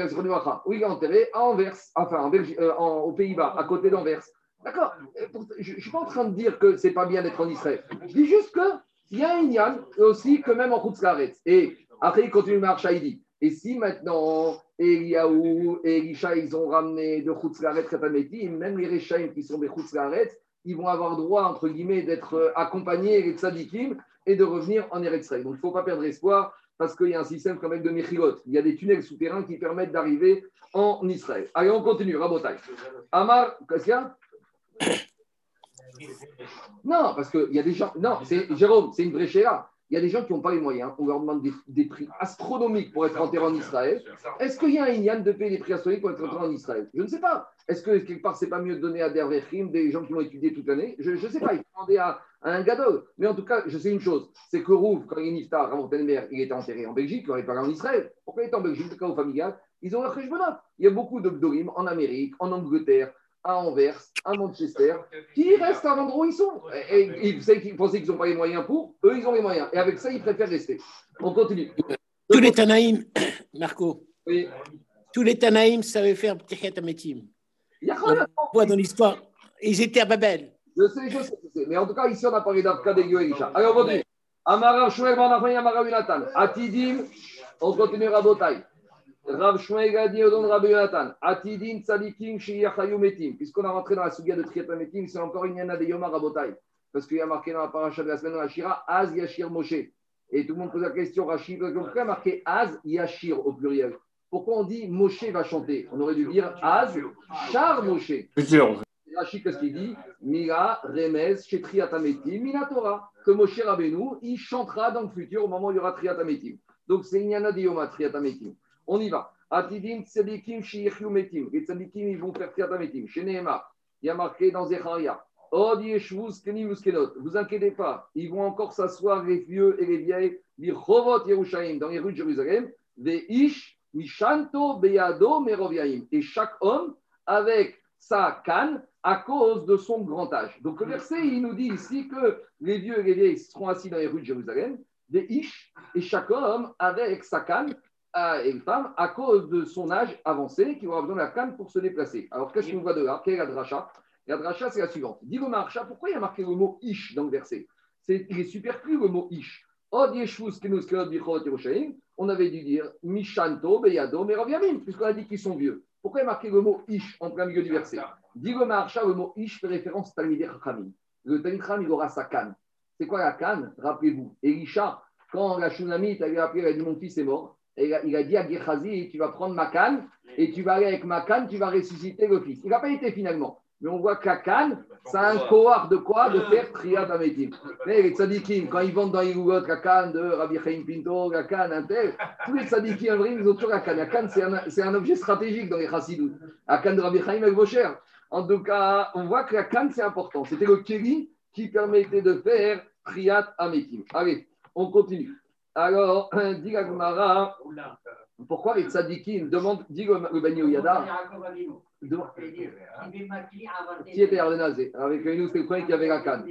où il est enterré à Anvers, enfin aux Pays-Bas, à côté d'Anvers. D'accord. Je ne suis pas en train de dire que c'est pas bien d'être en Israël. Je dis juste qu'il y a un Yann aussi que même en Chutz Laaretz. Et après, il continue le marcha, il dit, et si maintenant Eliyahu et Elisha, ils ont ramené de Chutz Laaretz Khatametim, même les Rechaim qui sont des Chutz Laaretz, ils vont avoir droit, entre guillemets, d'être accompagnés les tzadikim et de revenir en Eretz Israël. Donc, il ne faut pas perdre espoir parce qu'il y a un système quand même de Mechilot. Il y a des tunnels souterrains qui permettent d'arriver en Israël. Allez, on continue, Rabotai. Amar, qu'est-ce qu'il y a? Non, parce qu'il y a des gens. Non, c'est Jérôme, c'est une vraie chéra. Il y a des gens qui n'ont pas les moyens. On leur demande des prix astronomiques pour être enterré en Israël. Est-ce qu'il y a un Inyan de payer des prix astronomiques pour être enterré en Israël? Je ne sais pas. Est-ce que quelque part, c'est pas mieux de donner à des Arvechim, des gens qui l'ont étudié toute l'année? Je ne sais pas. Il faut demander à un gadol. Mais en tout cas, je sais une chose. C'est que Rouv, quand il est niftar, à Montenberg, il était enterré en Belgique. Il n'aurait pas allé en Israël. Pourquoi il était en Belgique? Le cas au familial. Ils ont leur cheshbonot. Il y a beaucoup de Gdorim en Amérique, en Angleterre, à Anvers, à Manchester, qui restent à l'endroit où ils sont. Et vous savez qu'ils pensaient qu'ils n'ont pas les moyens pour, eux, ils ont les moyens. Et avec ça, ils préfèrent rester. On continue. Tous les Tanaïm, Marco, Oui. tous les Tanaïm savaient faire Ptichet Ametim. Il y a On voit dans l'histoire, ils étaient à Babel. Je sais. Mais en tout cas, ici, on a parlé d'Afka de Elisha. Allez, on continue. Amarav Shmuel Barnafani Amarav Yonatan. Atidim, on continue Rabotai. Rav Shmuel a dit au nom de Rabbi Yonatan, Atidin Tzadikim Shiyachayu Metim. Puisqu'on a rentré dans la sugia de Triat Metim, c'est encore une yana de Yoma Rabotai. Parce qu'il y a marqué dans la paracha de la semaine de la Shira, Az Yashir Moshe. Et tout le monde pose la question, Rachid, pourquoi il y a marqué Az Yashir au pluriel? Pourquoi on dit Moshe va chanter? On aurait dû dire Az Char Moshe. Rachid, qu'est-ce qu'il dit? Mira Remez chez Triat Metim, Minatora. Que Moshe Rabbeinu, il chantera dans le futur au moment où il y aura Triat Metim. Donc c'est une yana de Yoma Triat Metim. On y va. Atidim tzadikim shiyichyu metim. Les tzadikim, ils vont faire triat metim. Chez Nehemar, il y a marqué dans Zecharia. Od yeshvus kenim uskenot. Vous inquiétez pas, ils vont encore s'asseoir les vieux et les vieilles. Birchovot Yerushalayim, dans les rues de Jérusalem. Veish mishanto beyado meroviaim. Et chaque homme avec sa canne à cause de son grand âge. Donc le verset, il nous dit ici que les vieux et les vieilles seront assis dans les rues de Jérusalem. Veish, et chaque homme avec sa canne et une femme à cause de son âge avancé qui aura besoin de la canne pour se déplacer. Alors qu'est-ce qu'on voit de là? Quelle est la dracha? La dracha, c'est la suivante. Dis le marcha, pourquoi il y a marqué le mot ish dans le verset? Il est superflu le mot ish. Od yeshvus kenus keod bichot yerushalayim. On avait dû dire mishanto beyado merav yamin, puisqu'on a dit qu'ils sont vieux. Pourquoi il y a marqué le mot ish en plein milieu du verset? Dis le marcha, le mot ish fait référence au Talmidei Chachamim. Le Talmidei Chachamim, il aura sa canne. C'est quoi la canne? Rappelez-vous, Elisha, quand la Shunamite avait appelé, elle a dit mon fils est mort. Et il a dit à Gehazi, tu vas prendre ma canne et tu vas aller avec ma canne, tu vas ressusciter le fils. Il n'a pas été finalement. Mais on voit que la canne, ça a un cohort de quoi? De faire Triyat Ametim. Mais les tzadikim, quand ils vendent dans les gougottes la canne de Rabbi Chaim Pinto, la canne, un tel, tous les tzadikim, ils ont toujours la canne. La canne, c'est un objet stratégique dans les chassidou. La canne de Rabbi Chaim, elle vaut cher. En tout cas, on voit que la canne, c'est important. C'était le kéli qui permettait de faire Triyat Ametim. Allez, on continue. Alors, dit la Gemara, pourquoi les tzadikim demandent, dit le Bani Oyada, qui était Ardenazé? Avec nous, c'est le coin qui avait la canne.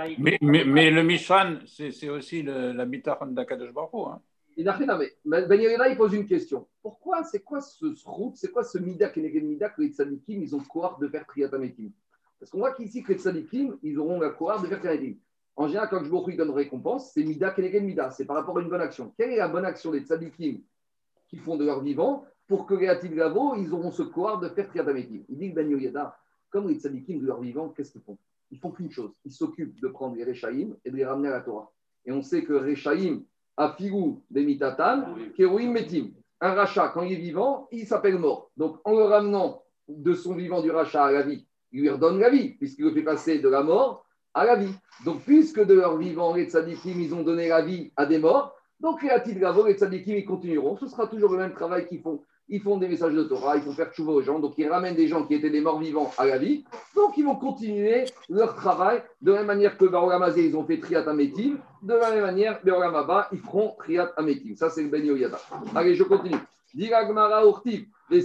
Mais le Mishran, c'est aussi la bitachon d'Akadosh Baruch Hu. Hein. Mais Bani Oyada, il pose une question. Pourquoi, c'est quoi ce route, c'est quoi ce mida keneged mida que les tzadikim, ils ont cohort de faire Triyat Ametim? Parce qu'on voit qu'ici, que les tzadikim, ils auront la cohort de faire Triyat Ametim. En général, quand Baruch Hu donne récompense, c'est mida keneged mida, c'est par rapport à une bonne action. Quelle est la bonne action des tzadikim qui font de leur vivant pour que les Atil Gavo, ils auront ce cohort de faire Triyat Ametim? Il dit que Ben Yoyada, comme les tzadikim de leur vivant, qu'est-ce qu'ils font? Ils font qu'une chose, ils s'occupent de prendre les Rechaïm et de les ramener à la Torah. Et on sait que Rechaïm, Afigou, Bemitatan, Kerouim Metim. Un rachat, quand il est vivant, il s'appelle mort. Donc en le ramenant de son vivant du rachat à la vie, il lui redonne la vie, puisqu'il le fait passer de la mort à la vie. Donc, puisque de leur vivant, les tzadikim, ils ont donné la vie à des morts, donc les Atil Gavo, les tzadikim, ils continueront. Ce sera toujours le même travail qu'ils font. Ils font des messages de Torah, ils font faire tchouva aux gens, donc ils ramènent des gens qui étaient des morts vivants à la vie. Donc, ils vont continuer leur travail de la même manière que Barolam Hazé, ils ont fait Triyat Ametim. De la même manière, Barolam Abba, ils feront Triyat Ametim. Ça, c'est le Ben Yoyada. Allez, je continue. Dira Gmara Urtiv, les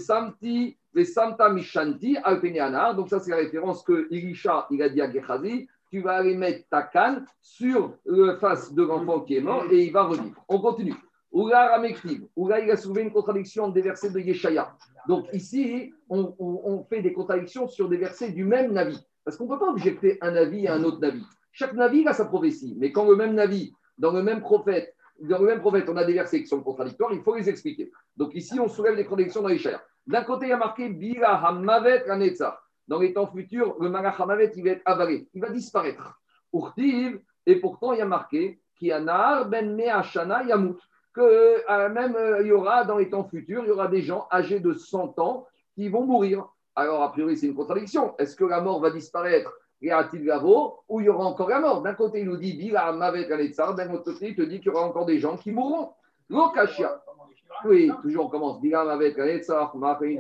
Samta Mishanti, Alpeneanar. Donc, ça, c'est la référence que Elisha, il a dit à Gehazi. Tu vas aller mettre ta canne sur le face de l'enfant qui est mort et il va revivre. On continue. Oula Ramektiv. Oula, il a soulevé une contradiction des versets de Yeshaya. Donc ici, on fait des contradictions sur des versets du même Navi. Parce qu'on ne peut pas objecter un Navi à un autre Navi. Chaque Navi a sa prophétie. Mais quand le même Navi, dans le même prophète, on a des versets qui sont contradictoires, il faut les expliquer. Donc ici, on soulève des contradictions dans Yeshaya. D'un côté, il y a marqué Bila Hamavet Ranetzah. Dans les temps futurs, le Malach Hamavet, il va être avalé, il va disparaître. Urtiv, et pourtant il y a marqué qu'il y a Nahar ben Me'ashana Yamut, que même il y aura dans les temps futurs, il y aura des gens âgés de 100 ans qui vont mourir. Alors a priori c'est une contradiction. Est-ce que la mort va disparaître et a-t-il Gavo, ou il y aura encore la mort? D'un côté il nous dit Bila Hamavet Ranetzar, d'un autre côté il te dit qu'il y aura encore des gens qui mourront. L'Okashia. Oui, toujours on commence. Bila Hamavet Ranetzar,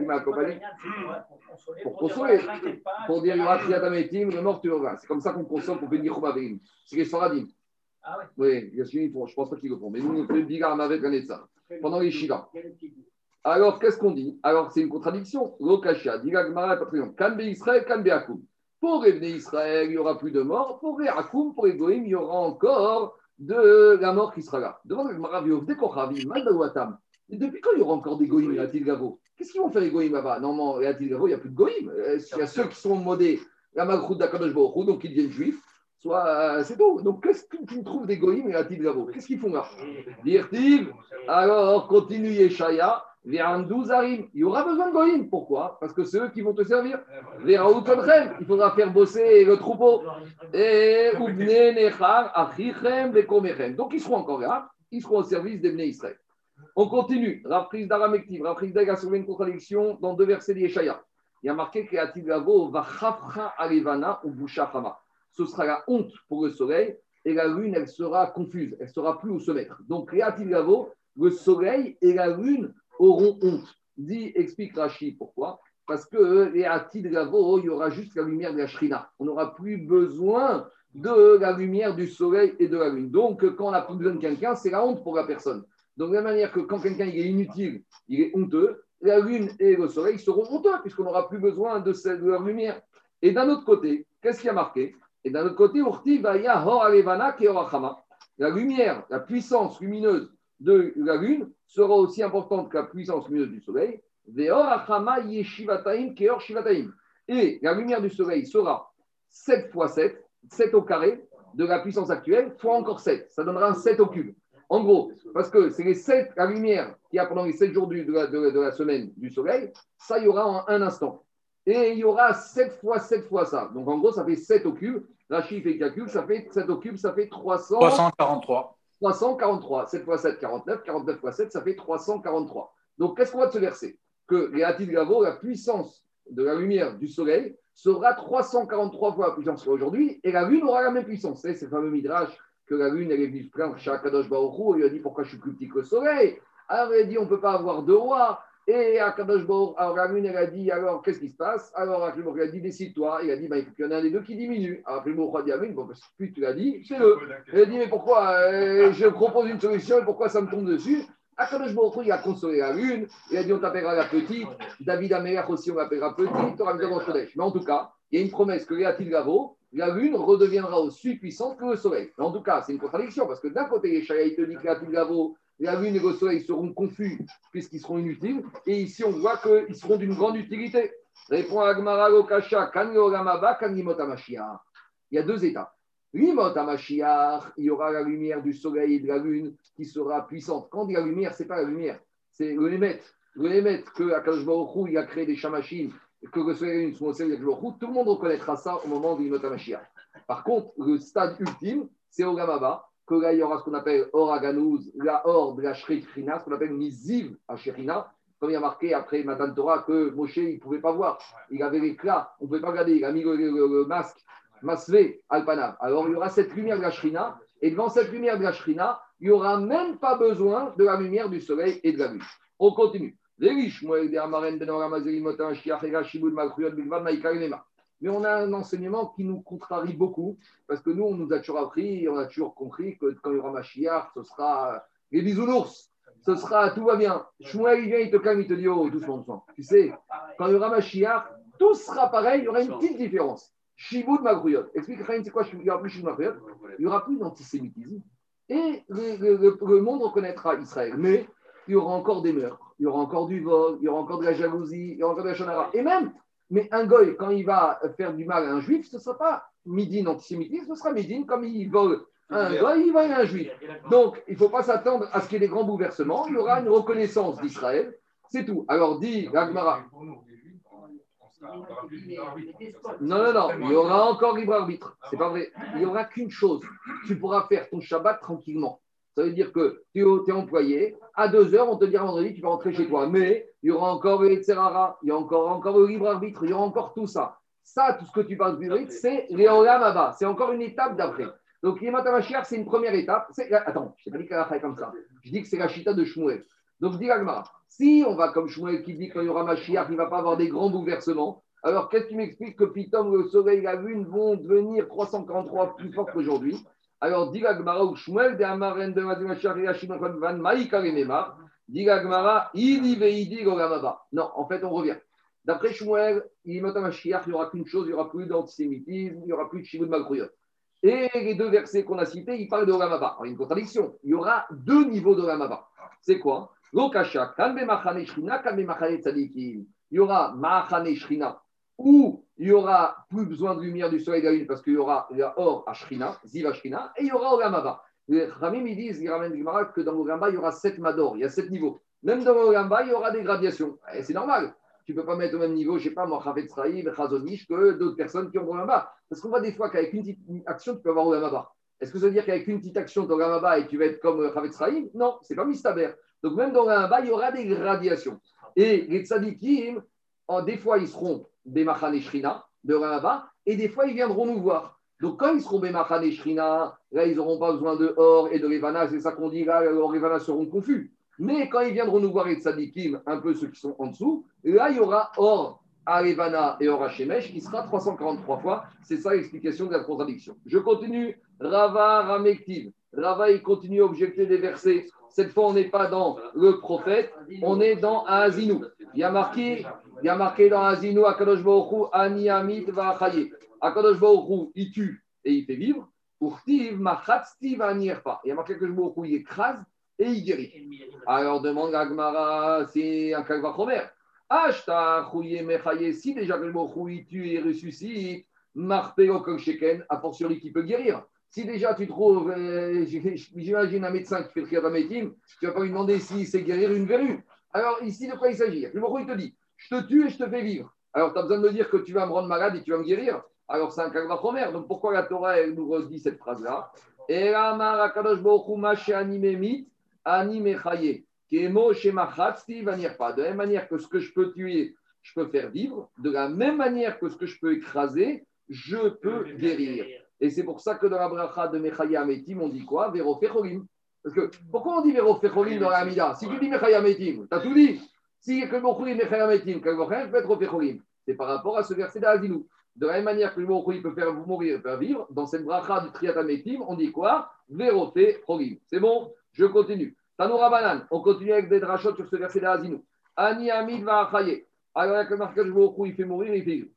pour consoler, pour dire il y aura Triyat Ametim, le mort tu auras. C'est comme ça qu'on console pour venir Chumavim. C'est les Soradim. Ah ouais. Oui, bien sûr, je pense pas qu'ils le font. Mais nous, on fait le Bigar Mavet Ganetza pendant les Shiva. Alors, qu'est-ce qu'on dit? Alors, c'est une contradiction. L'Okashia, Diga Gmara, Patreon. Kanbe Israël, Kanbe Akoum. Pour revenir Israël, il n'y aura plus de mort. Pour les Akoum, pour les Goïm, il y aura encore de la mort qui sera là. Devant le Gmara, Viovde Kochavi, Maldawatam. Et depuis quand il y aura encore des Goïm à Tilgavo? Qu'est-ce qu'ils vont faire les Goïm là-bas? Non, à Tilgavo, il n'y a plus de Goïm. Il y a ceux qui sont modés, la Malchut d'Akadosh Baruch Hu, donc ils deviennent juifs. Soit c'est tout. Donc, qu'est-ce que tu trouves des Goïm et à Tilgavo? Qu'est-ce qu'ils font là? Dirtiv, alors continue Yeshaya, Zarim. Il y aura besoin de Goïm. Pourquoi? Parce que c'est eux qui vont te servir. Il faudra faire bosser le troupeau. Et donc, ils seront encore là. Ils seront au service des Bnei Israël. On continue. Raprise d'Aramektiv. Raprise d'Ag a soulevé une contradiction dans deux versets d'Yeshaya. Il y a marqué que Atilgavo va chafra alevana ou bouchafama. Ce sera la honte pour le soleil et la lune, elle sera confuse. Elle ne saura plus où se mettre. Donc, Atilgavo, le soleil et la lune auront honte. Explique Rashi pourquoi. Parce que les Atilgavo, il y aura juste la lumière de la Shrina. On n'aura plus besoin de la lumière du soleil et de la lune. Donc, quand on n'a plus besoin de quelqu'un, c'est la honte pour la personne. Donc, de la manière que quand quelqu'un il est inutile, il est honteux, la lune et le soleil seront honteux, puisqu'on n'aura plus besoin de leur lumière. Et d'un autre côté, qu'est-ce qui a marqué? Et d'un autre côté, la lumière, la puissance lumineuse de la lune sera aussi importante que la puissance lumineuse du soleil. Et la lumière du soleil sera 7 fois 7, 7 au carré de la puissance actuelle, fois encore 7. Ça donnera un 7 au cube. En gros, parce que c'est les 7, la lumière qu'il y a pendant les 7 jours de la semaine du soleil, ça, il y aura en un instant. Et il y aura 7 fois 7 fois ça. Donc en gros, ça fait 7 au cube. Rachid fait le calcul, ça fait 7 au cube, ça fait 343. 343. 7 fois 7, 49. 49 fois 7, ça fait 343. Donc qu'est-ce qu'on va de ce verset? Que les Hatid Gavo, la puissance de la lumière du soleil, sera 343 fois la puissance qu'aujourd'hui, et la lune aura la même puissance. C'est ce fameux midrash que la lune, elle est venue se plaindre chez Akadosh Baruch Hu, il lui a dit pourquoi je suis plus petit que le soleil. Alors il a dit on ne peut pas avoir deux rois. Et Akadosh Baruch, alors la lune, elle a dit alors qu'est-ce qui se passe? Alors Akadosh Baruch a dit décide-toi. Il a dit il faut qu'il y en ait un des deux qui diminue. Alors Akadosh Baruch a dit à lune, bon, plus tu l'as dit, c'est le. Il a dit mais pourquoi je propose une solution et pourquoi ça me tombe dessus? Akadosh Baruch Hu, il a consolé la lune, il a dit on t'appellera la petite, David Amelech aussi on l'appellera petite, tu auras besoin de Kodesh. Mais en tout cas, il y a une promesse que Léatil Gavo, la lune redeviendra aussi puissante que le soleil. Mais en tout cas, c'est une contradiction parce que d'un côté, les Shaya, il te dit que Léatil Gavo, la lune et le soleil seront confus puisqu'ils seront inutiles, et ici on voit qu'ils seront d'une grande utilité. Répond Agmara Lokasha, Kan Yoramaba, Kan Yimota Mashiach. Il y a deux étapes. L'imot Mashiach, il y aura la lumière du soleil et de la lune qui sera puissante. Quand on dit la lumière, ce n'est pas la lumière, c'est le Hémet. Le Hémet que Akadosh Baruch Hu, il a créé des chamachines, que le soleil et la lune sont au ciel de Akadosh Baruch Hu, tout le monde reconnaîtra ça au moment de l'imot Mashiach. Par contre, le stade ultime, c'est Ogamaba, que là, il y aura ce qu'on appelle Oraganouz, la horde de la Shrina, ce qu'on appelle Miziv à Shrina, comme il y a marqué après Matan Torah que Moshe, il ne pouvait pas voir. Il avait l'éclat, on ne pouvait pas regarder, il a mis le masque. Masvé Alpanav. Alors il y aura cette lumière de la Shrina, et devant cette lumière de la Shrina, il n'y aura même pas besoin de la lumière du soleil et de la lune. On continue. Mais on a un enseignement qui nous contrarie beaucoup, parce que nous, on nous a toujours appris, on a toujours compris que quand il y aura Mashiach, ce sera les bisounours, ce sera tout va bien. Shmuel, il vient, il te calme, il te dit oh, doucement, doucement. Tu sais, quand il y aura Mashiach, tout sera pareil, il y aura une petite différence. Shiboud Magrouyot. Explique, c'est quoi il n'y aura plus Shiboud Magrouyot, il n'y aura plus d'antisémitisme. Et le monde reconnaîtra Israël. Mais il y aura encore des meurtres, il y aura encore du vol, il y aura encore de la jalousie, il y aura encore de la shonara. Et même, mais un goy, quand il va faire du mal à un juif, ce ne sera pas midin antisémitisme, ce sera midin comme il vole un goy, il vole un juif. Donc, il ne faut pas s'attendre à ce qu'il y ait des grands bouleversements. Il y aura une reconnaissance d'Israël. C'est tout. Alors, dit l'Agmara. Non, il y aura encore libre arbitre. C'est pas vrai. Il n'y aura qu'une chose. Tu pourras faire ton Shabbat tranquillement. Ça veut dire que tu es employé. À 2 heures, on te dira vendredi, tu vas rentrer chez toi. Mais il y aura encore le Etzerara, il y aura encore le libre arbitre, il y aura encore tout ça. Ça, tout ce que tu parles du libre, c'est Léolam Abba. C'est encore une étape d'après. Donc, Yemata Mashiach, c'est une première étape. Attends, je n'ai pas dit qu'elle a fait comme ça. Je dis que c'est la chita de Shmuel. Donc, dis Agmara, si on va comme Shmuel qui dit qu'il y aura Mashiach, il ne va pas avoir des grands bouleversements. Alors, qu'est-ce qui m'explique que Pitom, le soleil et la lune vont devenir 343 plus forts qu'aujourd'hui? Alors, dit Agmara ou Shmuel, de Amaren de Mashiach et Hashimon Van Maïka Remema, dit Agmara, Idi Veidi Gogamaba. Non, en fait, on revient. D'après Shmuel, il n'y aura qu'une chose, il n'y aura plus d'antisémitisme, il n'y aura plus de Shibud Malchuyot. Et les deux versets qu'on a cités, ils parlent de Olamaba. Alors, il y a une contradiction. Il y aura 2 niveaux d'Olamaba. C'est quoi? Lokasha, Kanbe Machane Shrina, Kanbe Machane Tzadikim. Il y aura Machane Shrina, où il n'y aura plus besoin de lumière du soleil et de la lune parce qu'il y aura Or à Shrina, Ziv à Shrina, et il y aura Olamaba. Les Ramim, ils disent, ils ramènent du Gemara, que dans l'Olamaba, il y aura 7 Mador, il y a 7 niveaux. Même dans l'Olamaba, il y aura des gradations. Et c'est normal. Tu ne peux pas mettre au même niveau, je ne sais pas, moi, Chavetz Raïm, Chazonish, que d'autres personnes qui ont Olamaba. Parce qu'on voit des fois qu'avec une petite action, tu peux avoir Olamaba. Est-ce que ça veut dire qu'avec une petite action, tu as Olamaba et tu vas être comme Chavetz Raïm? Non, ce n'est pas Mistaber. Donc même dans l'Olamaba, il y aura des gradations. Et les Tzadikim, des fois, ils seront Bemachan et Shrina, de Olamaba, et des fois, ils viendront nous voir. Donc quand ils seront Bemachan et Shrina, là, ils n'auront pas besoin de Or et de Levana, c'est ça qu'on dit, là, Or et Levana seront confus. Mais quand ils viendront nous voir les tzadikim, un peu ceux qui sont en dessous, là, il y aura Or à Levana et Or à Shemesh qui sera 343 fois. C'est ça l'explication de la contradiction. Je continue. Rava Ramektiv. Rava, il continue à objecter des versets. Cette fois, on n'est pas dans le prophète, on est dans Azinu. Il y a marqué dans Azinu, Akadosh Baruch Hu, Ani Amit Va'achaye. Akadosh Baruch Hu, il tue et il fait vivre. Urtiv Machatztiv Anirpa. Il y a marqué que Akadosh Baruch Hu, il écrase et il guérit. Alors demande à Agmara, c'est un Kalvachomer. Ashta chouye mechaye, si déjà que le mot chouye tue et ressuscite, marpelo kol sheken, a fortiori qui peut guérir. Si déjà tu trouves, j'imagine un médecin qui fait le triatamétime, tu ne vas pas lui demander s'il sait guérir une verrue. Alors ici, de quoi il s'agit? Le mot il te dit, je te tue et je te fais vivre. Alors tu as besoin de me dire que tu vas me rendre malade et tu vas me guérir. Alors c'est un kalvachomer. Donc pourquoi la Torah elle nous redit cette phrase-là? Et la marakadosh bochou maché animé mit, animé chaye. De la même manière que ce que je peux tuer, je peux faire vivre, de la même manière que ce que je peux écraser, je peux guérir. Et c'est pour ça que dans la bracha de Mechaya Metim, on dit quoi? Véro Fecholim. Parce que pourquoi on dit Véro Fecholim dans la Amida? Si tu dis Mechaya Metim, tu as tout dit. Si il y a que le mot Mechaya Metim, je peux être Fecholim. C'est par rapport à ce verset d'Azinou. De la même manière que le mot peut faire mourir, faire vivre, dans cette bracha de Triata Metim, on dit quoi? Véro Fecholim. C'est bon? Je continue. Tanoura Banan, on continue avec des drachot sur ce verset d'Azinou. Ani Amid va Achaye. Alors, avec le marquage il fait mourir, il fait vivre.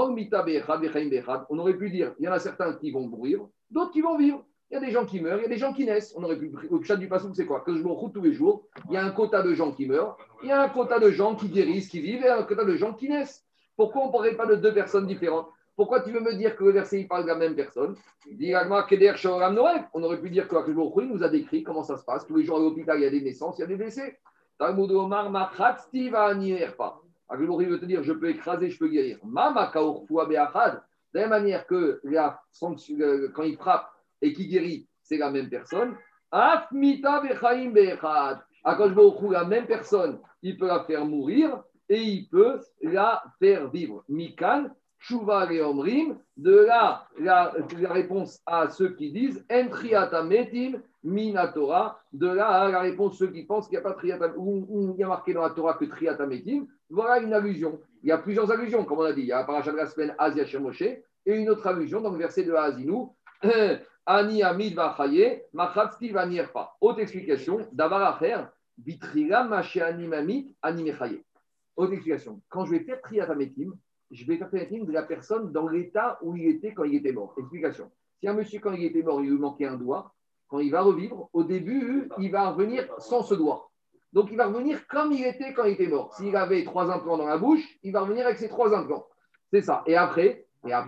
On aurait pu dire, il y en a certains qui vont mourir, d'autres qui vont vivre. Il y a des gens qui meurent, il y a des gens qui naissent. On aurait pu, au chat du Passouk, c'est quoi? Que je me retrouve tous les jours, il y a un quota de gens qui meurent, il y a un quota de gens qui guérissent, qui vivent, et un quota de gens qui naissent. Pourquoi on ne parlerait pas de deux personnes différentes? Pourquoi tu veux me dire que le verset il parle de la même personne? On aurait pu dire que le nous a décrit comment ça se passe. Tous les jours à l'hôpital, il y a des naissances, il y a des blessés. Talmud Omar, Aglouri veut te dire, je peux écraser, je peux guérir. De la même manière que quand il frappe et qu'il guérit, c'est la même personne. Afmita bechaim beechad. La même personne, il peut la faire mourir et il peut la faire vivre. Mikan, Shuva Leomrim, de là, la réponse à ceux qui disent Entriata metim minatora, de là la réponse ceux qui pensent qu'il n'y a pas triata, où il y a marqué dans la Torah que triata metim. Voilà une allusion. Il y a plusieurs allusions, comme on a dit. Il y a la paracha de la semaine Asia Shemoshe et une autre allusion dans le verset de Hazinou. Ani Amid Vachaye, Machatzti Vanierpa. Autre explication, Davar Acher, Bitrila Mache Animamit Animechaye. Autre explication. Quand je vais faire triata metim, je vais faire triata de la personne dans l'état où il était quand il était mort. Explication. Si un monsieur, quand il était mort, il lui manquait un doigt, quand il va revivre, au début, il va revenir sans ce doigt. Donc, il va revenir comme il était quand il était mort. S'il avait 3 implants dans la bouche, il va revenir avec ses 3 implants. C'est ça. Et après,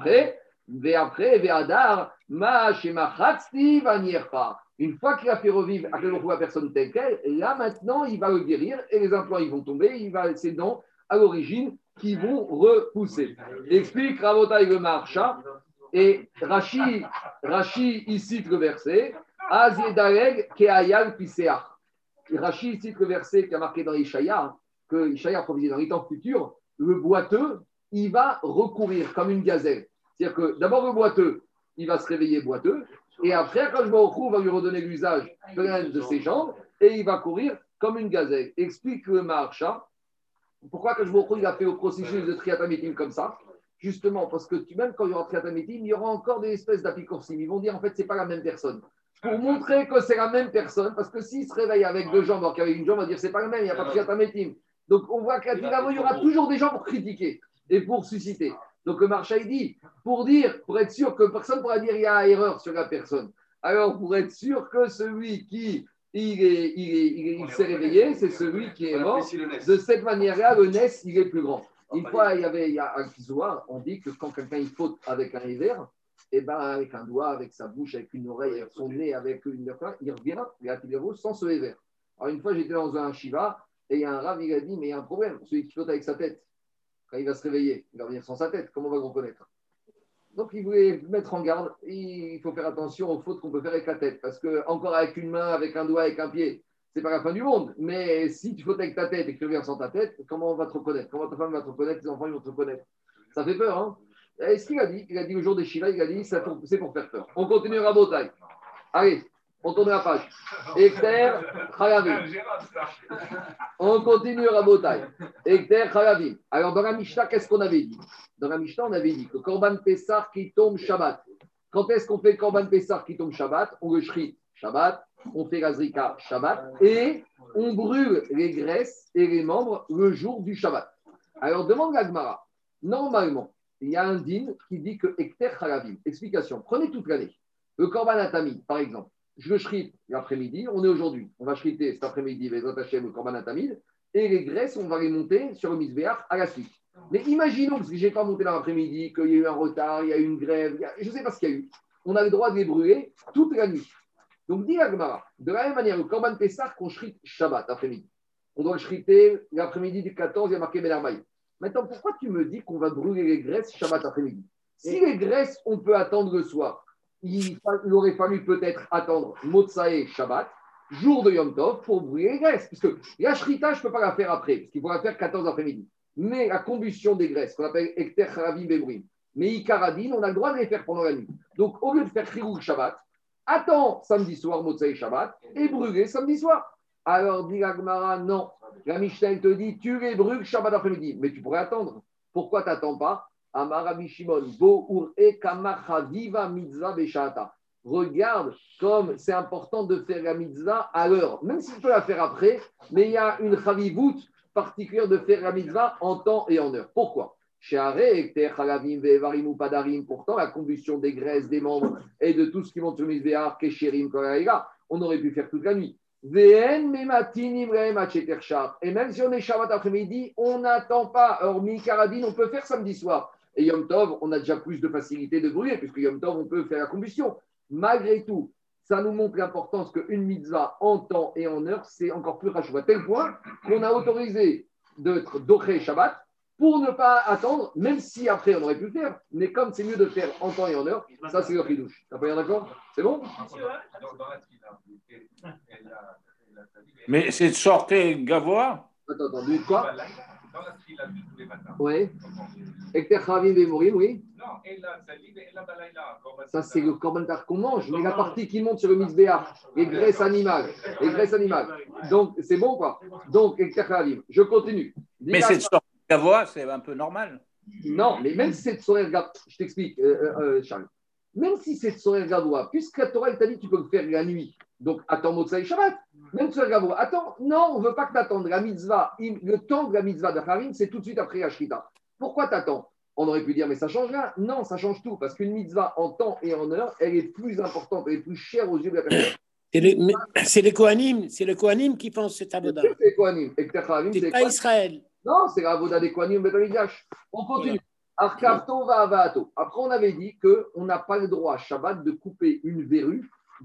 Ve'adar, ma shema chatzti va pas. Une fois qu'il a fait revivre la personne telle qu'elle, là maintenant, il va le guérir et les implants, ils vont tomber. Il va ses dents à l'origine qui vont repousser. Explique Rabotai le Maharsha. Et Rashi il cite le verset Aziedareg keayal piseach. Rashi cite le verset qui a marqué dans Ishaïa, que Ishaïa prophétisait dans les temps futurs, le boiteux, il va recourir comme une gazelle. C'est-à-dire que d'abord le boiteux, il va se réveiller boiteux, et après, quand je va lui redonner l'usage de ses jambes, et il va courir comme une gazelle. Explique le Maharsha, pourquoi quand il a fait le processus de triatamitim comme ça? Justement, parce que même quand il y aura triatamitim, il y aura encore des espèces d'apicorsim. Ils vont dire, en fait, ce n'est pas la même personne. Pour montrer que c'est la même personne, parce que s'il se réveille avec 2 jambes, alors qu'avec une jambe, on va dire c'est pas le même, il n'y a pas de triatamétim. Donc on voit qu'il y aura toujours des gens pour critiquer et pour susciter. Donc le Maharsha il dit, pour être sûr que personne ne pourra dire il y a erreur sur la personne. Alors pour être sûr que celui qui il s'est réveillé, c'est celui qui est mort. De cette manière-là, le Nes, il est plus grand. Une fois, il y a un Kizoar, on dit que quand quelqu'un il faute avec un hiver, et ben avec un doigt, avec sa bouche, avec une oreille, avec son nez, avec une il revient, il a sans ce hiver. Alors une fois, j'étais dans un shiva et il y a un rav, il a dit, mais il y a un problème, celui qui flotte avec sa tête, quand il va se réveiller, il va revenir sans sa tête, comment on va le reconnaître? Donc il voulait mettre en garde, il faut faire attention aux fautes qu'on peut faire avec la tête, parce que encore avec une main, avec un doigt, avec un pied, c'est pas la fin du monde, mais si tu fautes avec ta tête et que tu reviens sans ta tête, comment on va te reconnaître? Comment ta femme va te reconnaître? Tes enfants ils vont te reconnaître? Ça fait peur, hein? Et ce qu'il a dit, le jour des Shiva, il a dit, c'est pour faire peur. On continue à Rabotai. Allez, on tourne la page. Ekter, Chayavim. On continue à Rabotai. Ekter, Chayavim. Alors, dans la Mishnah, qu'est-ce qu'on avait dit? Dans la Mishnah, on avait dit que Korban Pessah qui tombe Shabbat. Quand est-ce qu'on fait Korban Pessah qui tombe Shabbat? On le shrit Shabbat, on fait la Zrika Shabbat et on brûle les graisses et les membres le jour du Shabbat. Alors, demande la Gemara. Normalement, il y a un din qui dit que Ekter Chalavim. Explication. Prenez toute l'année. Le Korban Atami, par exemple. Je le shrite l'après-midi. On est aujourd'hui. On va shriter cet après-midi, le Korban Atami. et les graisses, on va les monter sur le misbéach à la suite. Mais imaginons, parce que je n'ai pas monté dans l'après-midi, qu'il y a eu un retard, il y a eu une grève, je ne sais pas ce qu'il y a eu. On a le droit de les brûler toute la nuit. Donc, dit la Gemara, de la même manière, le Korban Pessah qu'on shrite Shabbat après-midi. On doit le shriter l'après-midi du 14, il y a marqué Ben Arbaï. Maintenant, pourquoi tu me dis qu'on va brûler les graisses Shabbat après-midi? Si les graisses, on peut attendre le soir, il aurait fallu peut-être attendre Motsae Shabbat, jour de Yom Tov, pour brûler les graisses. Parce que la shrita, je ne peux pas la faire après, parce qu'il faut la faire 14 après-midi. Mais la combustion des graisses, qu'on appelle Ekter Chalavim Bebrim, mais Ikaradin, on a le droit de les faire pendant la nuit. Donc, au lieu de faire Chirou Shabbat, attends samedi soir, Motsae Shabbat, et brûler samedi soir. Alors, dit la Gemara, non. La Mishnah te dit, tu les brûles Shabbat après-midi. Mais tu pourrais attendre. Pourquoi tu n'attends pas? Amarabi Shimon, Bo Ur-E Kamacha Viva Mitzvah Beshata. Regarde comme c'est important de faire la mitzvah à l'heure. Même si tu peux la faire après, mais il y a une chavivout particulière de faire la mitzvah en temps et en heure. Pourquoi? Pourtant, la combustion des graisses, des membres et de tout ce qui monte sur le misbéach, Kesherim, on aurait pu faire toute la nuit. Et même si on est Shabbat après-midi, on n'attend pas. Alors, Mikaradine, on peut faire samedi soir. Et Yom Tov, on a déjà plus de facilité de brûler, puisque Yom Tov, on peut faire la combustion. Malgré tout, ça nous montre l'importance qu'une mitzvah en temps et en heure, c'est encore plus rachou. À tel point qu'on a autorisé d'être doché Shabbat pour ne pas attendre, même si après on aurait pu le faire. Mais comme c'est mieux de faire en temps et en heure, ça c'est le chidouche. T'as pas bien d'accord? C'est bon? Mais c'est de sortir Gavois. Attends, de quoi? Dans la file à tous les matins. Oui. Ekter Chavim Bemorim, oui. Non, et la Tzalib et la Balaïla. Ça, c'est le korban qu'on mange, mais la partie qui monte sur le misbéach, les graisses animales. Les graisses animales. Donc, c'est bon, quoi. Donc, Ekter Chavim, je continue. Mais c'est de sortir Gavois, c'est un peu normal. Non, mais même si c'est de Sorer Gavois, je t'explique, Charles. Même si c'est de Sorer Gavois, puisque la Torah t'a dit que tu peux le faire la nuit, donc attends Motsai Shabbat. Même Sorer Gavois, attends, non, on ne veut pas que tu attendes la mitzvah. Le temps de la mitzvah de Harim, c'est tout de suite après la Shrita. Pourquoi t'attends? On aurait pu dire, mais ça change rien. Non, ça change tout, parce qu'une mitzvah en temps et en heure, elle est plus importante, elle est plus chère aux yeux de la personne. C'est les Kohanim qui font cette avoda. C'est les Kohanim. C'est pas Israël. Non, c'est la avoda des Kohanim Betamidash. On continue. Arkavto va avato. Après, on avait dit qu'on n'a pas le droit, Shabbat, de couper une verrue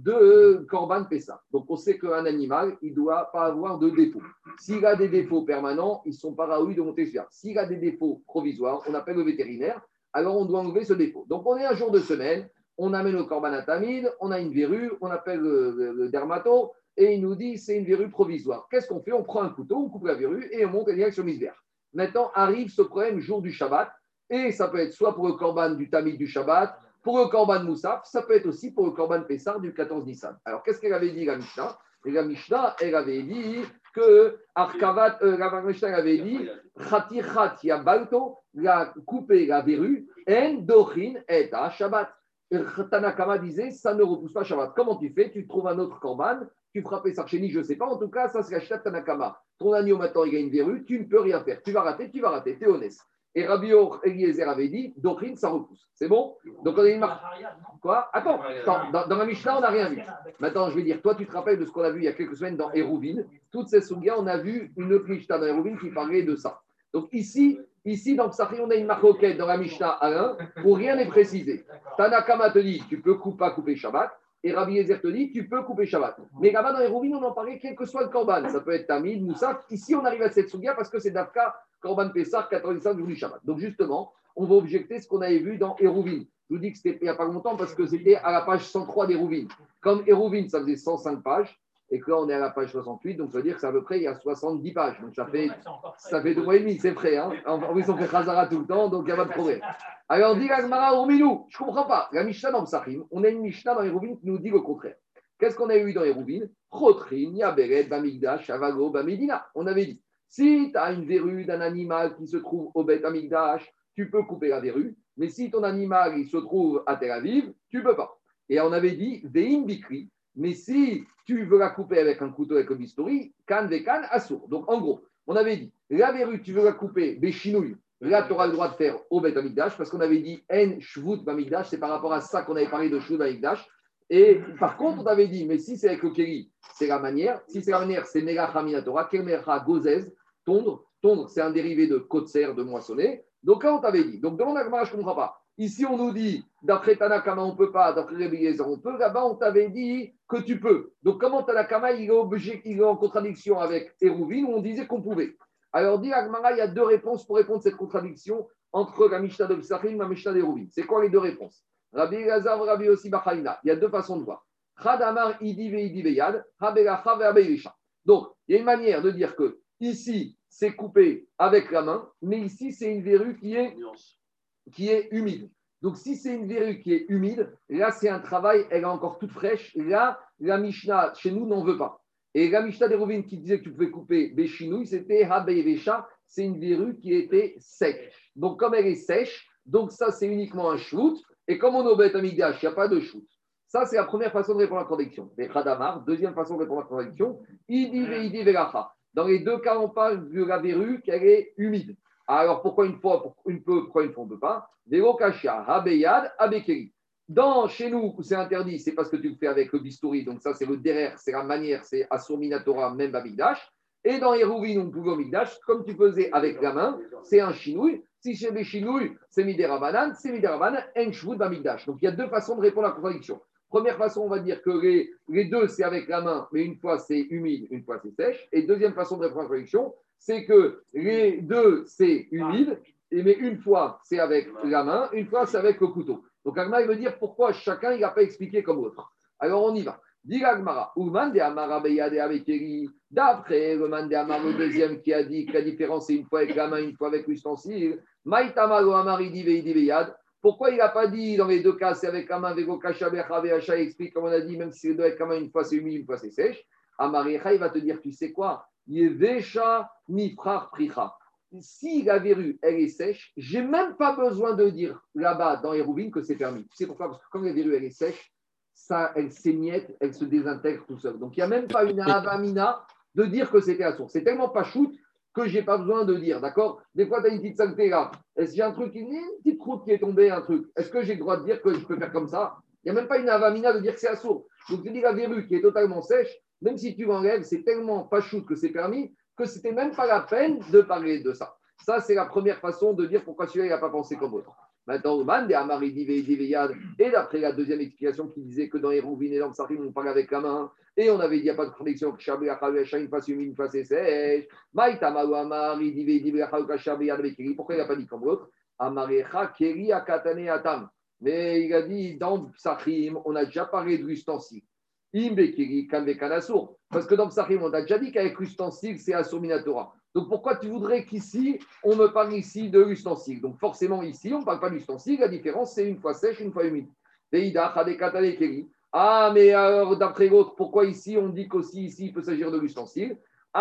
de Korban Pessah. Donc, on sait qu'un animal, il ne doit pas avoir de défauts. S'il a des défauts permanents, ils ne sont pas raouis de monter sur. S'il a des défauts provisoires, on appelle le vétérinaire, alors on doit enlever ce défaut. Donc, on est un jour de semaine, on amène le Korban Atamid, on a une verrue, on appelle le dermato, et il nous dit c'est une verrue provisoire. Qu'est-ce qu'on fait? On prend un couteau, on coupe la verrue et on monte direct sur Misbéach. Maintenant, arrive ce problème jour du Shabbat, et ça peut être soit pour le Korban du Tamid du Shabbat, pour le Korban Moussaf, ça peut être aussi pour le Korban Pessar du 14 Nissan. Alors, qu'est-ce qu'elle avait dit, la Mishnah? Et la Mishnah, elle avait dit que Arkavat, la Mishnah avait dit Khatichat Yabalto, la couper la verrue, En Dochin et à Shabbat. Tanakama disait ça ne repousse pas Shabbat. Comment tu fais? Tu trouves un autre Korban, tu feras Pessar Sheni, je ne sais pas. En tout cas, ça, c'est la Mishnah de Tanakama. Ton agneau, maintenant, il a une verrue, tu ne peux rien faire. Tu vas rater, t'es honnête. Et Rabbi Eliezer avait dit, Dochin, ça repousse. C'est bon? Donc on a une marque. Quoi? Attends, dans la Mishnah, on n'a rien vu. Maintenant, je vais dire, toi, tu te rappelles de ce qu'on a vu il y a quelques semaines dans Hérouvin. Toutes ces sugyas, on a vu une autre Mishnah dans Hérouvin qui parlait de ça. Donc ici dans Psachim, on a une marque dans la Mishnah Alain où rien n'est précisé. Tanakama te dit, tu peux pas couper Shabbat. Et Rabbi Eliezer te dit, tu peux couper Shabbat. Mais là-bas, dans Hérouvin, on en parlait quel que soit le Korban. Ça peut être Tamid, Moussaf. Ici, on arrive à cette sugia parce que c'est Dafka, Korban Pessah, 95 jours du Shabbat. Donc justement, on va objecter ce qu'on avait vu dans Hérouvin. Je vous dis que c'était il n'y a pas longtemps parce que c'était à la page 103 d'Hérouvin. Comme Hérouvin, ça faisait 105 pages, et que là, on est à la page 68, donc ça veut dire que c'est à peu près, il y a 70 pages. Donc ça fait 2 mois et demi, c'est frais. Hein. En plus, on fait Khazara tout le temps, donc il n'y a pas de problème. Alors, dit l'Agmara Urminou, je ne comprends pas. La Mishnah dans Psachim, on a une Mishnah dans Hérouvin qui nous dit le contraire. Qu'est-ce qu'on a eu dans Hérouvin? Chotrin, Yaberet, Bamigdash, Avago, Bamedina. On avait dit, si tu as une verrue d'un animal qui se trouve au Bet Amigdash, tu peux couper la verrue, mais si ton animal il se trouve à Tel Aviv, tu ne peux pas. Et on avait dit, Veim Bikri, mais si tu veux la couper avec un couteau avec un bistouri, Kan Vekan Assour. Donc en gros, on avait dit, la verrue, tu veux la couper, Béchinouille, là tu auras le droit de faire au Bet Amigdash, parce qu'on avait dit En Shvut Bamigdash, c'est par rapport à ça qu'on avait parlé de Shvut Bamigdash. Et par contre, on avait dit, mais si c'est avec le Kéli, c'est la manière. Si c'est la manière, c'est Melach Haminatora, Kel Melach Gozez, Tondre, c'est un dérivé de kotser, de moissonner. Donc là, on t'avait dit. Donc dans l'Agmara, je ne comprends pas. Ici, on nous dit, d'après Tanakama, on ne peut pas, d'après Rabbi Eliezer, on peut. Là-bas, on t'avait dit que tu peux. Donc comment Tanakama, il est en contradiction avec Hérouvine, où on disait qu'on pouvait. Alors, dit Agmara, il y a deux réponses pour répondre à cette contradiction entre la Mishnah de Psachim et la Mishnah d'Hérouvine. C'est quoi les deux réponses? Rabbi Elazar, Rabbi Yossi Bachaïna. Il y a deux façons de voir. Chadamar idi veidi veyad, Rabelacha ve'abeisha. Donc, il y a une manière de dire que ici, c'est coupé avec la main, mais ici, c'est une verrue qui est humide. Donc, si c'est une verrue qui est humide, là, c'est un travail, elle est encore toute fraîche. Là, la Mishnah, chez nous, n'en veut pas. Et la Mishnah d'Hérouvine qui disait que tu pouvais couper Béchinouille, c'était Habeyvecha, c'est une verrue qui était sèche. Donc, comme elle est sèche, donc ça, c'est uniquement un shoot. Et comme on est au Beth Amikdash, il n'y a pas de shoot. Ça, c'est la première façon de répondre à la contradiction. Et Khadamar, deuxième façon de répondre à la contradiction, Idi Veidi Velacha. Dans les deux cas, on parle de la verrue qu'elle est humide. Alors, pourquoi une fois on peut, pourquoi une fois on ne peut pas? Velokashia, Habeyad, Abekeri. Chez nous, où c'est interdit, c'est parce que tu le fais avec le bistouri, donc ça, c'est le derrière, c'est la manière, c'est Assur Minatora, même Amigdash. Et dans Hérouvine, on pouvait Amigdash, comme tu faisais avec la main, c'est un chinouille. Si chez les chinouilles, c'est Midera c'est Midera en Shvud Amigdash. Donc, il y a deux façons de répondre à la contradiction. Première façon, on va dire que les deux, c'est avec la main, mais une fois c'est humide, une fois c'est sèche. Et deuxième façon de répondre à la contradiction, c'est que les deux, c'est humide, mais une fois c'est avec la main, une fois c'est avec le couteau. Donc Agma, il veut dire pourquoi chacun, il n'a pas expliqué comme l'autre. Alors on y va. Dit Agmara, Ouman de Amara Beyade Avekeri, d'après le man de Amar, le deuxième qui a dit que la différence c'est une fois avec la main, une fois avec l'ustensile, Maïtamalo Amari Diveidi Beyad. Pourquoi il n'a pas dit dans les deux cas, c'est avec la main, avec Kasha, il explique comme on a dit, même si c'est deux avec la main, une fois c'est humide, une fois c'est sèche. Amarecha, il va te dire, tu sais quoi? Yevesha mifrar pricha. Si la verrue, elle est sèche, j'ai même pas besoin de dire là-bas dans Hérouvine que c'est permis. Tu sais pourquoi? Parce que quand la verrue, elle est sèche, ça, elle s'émiette, elle se désintègre tout seul. Donc il n'y a même pas une avamina de dire que c'était à source. C'est tellement pas shoot que j'ai pas besoin de dire, d'accord? Des fois, tu as une petite saleté là. Est-ce que j'ai un truc, une petite croûte qui est tombée, un truc? Est-ce que j'ai le droit de dire que je peux faire comme ça? Il n'y a même pas une avamina de dire que c'est à source. Donc tu dis la verrue qui est totalement sèche, même si tu l'enlèves, c'est tellement pas shoot que c'est permis que c'était même pas la peine de parler de ça. Ça, c'est la première façon de dire pourquoi celui-là, il n'a pas pensé comme autre. Maintenant, et d'après la deuxième explication qui disait que dans les Hérouvine et dans le Psachim, on parle avec la main, et on avait dit qu'il n'y a pas de contradiction, que une face humide, une face sèche. Pourquoi il n'a pas dit comme l'autre? Mais il a dit dans Psachim, on a déjà parlé de l'ustensile. Parce que dans Psachim, on a déjà dit qu'avec l'ustensile, c'est Assur Minatora. Donc pourquoi tu voudrais qu'ici, on me parle ici de l'ustensile? Donc forcément, ici, on ne parle pas de l'ustensile. La différence, c'est une fois sèche, une fois humide. Ah, mais alors, d'après l'autre, pourquoi ici, on dit qu'aussi ici, il peut s'agir de l'ustensile?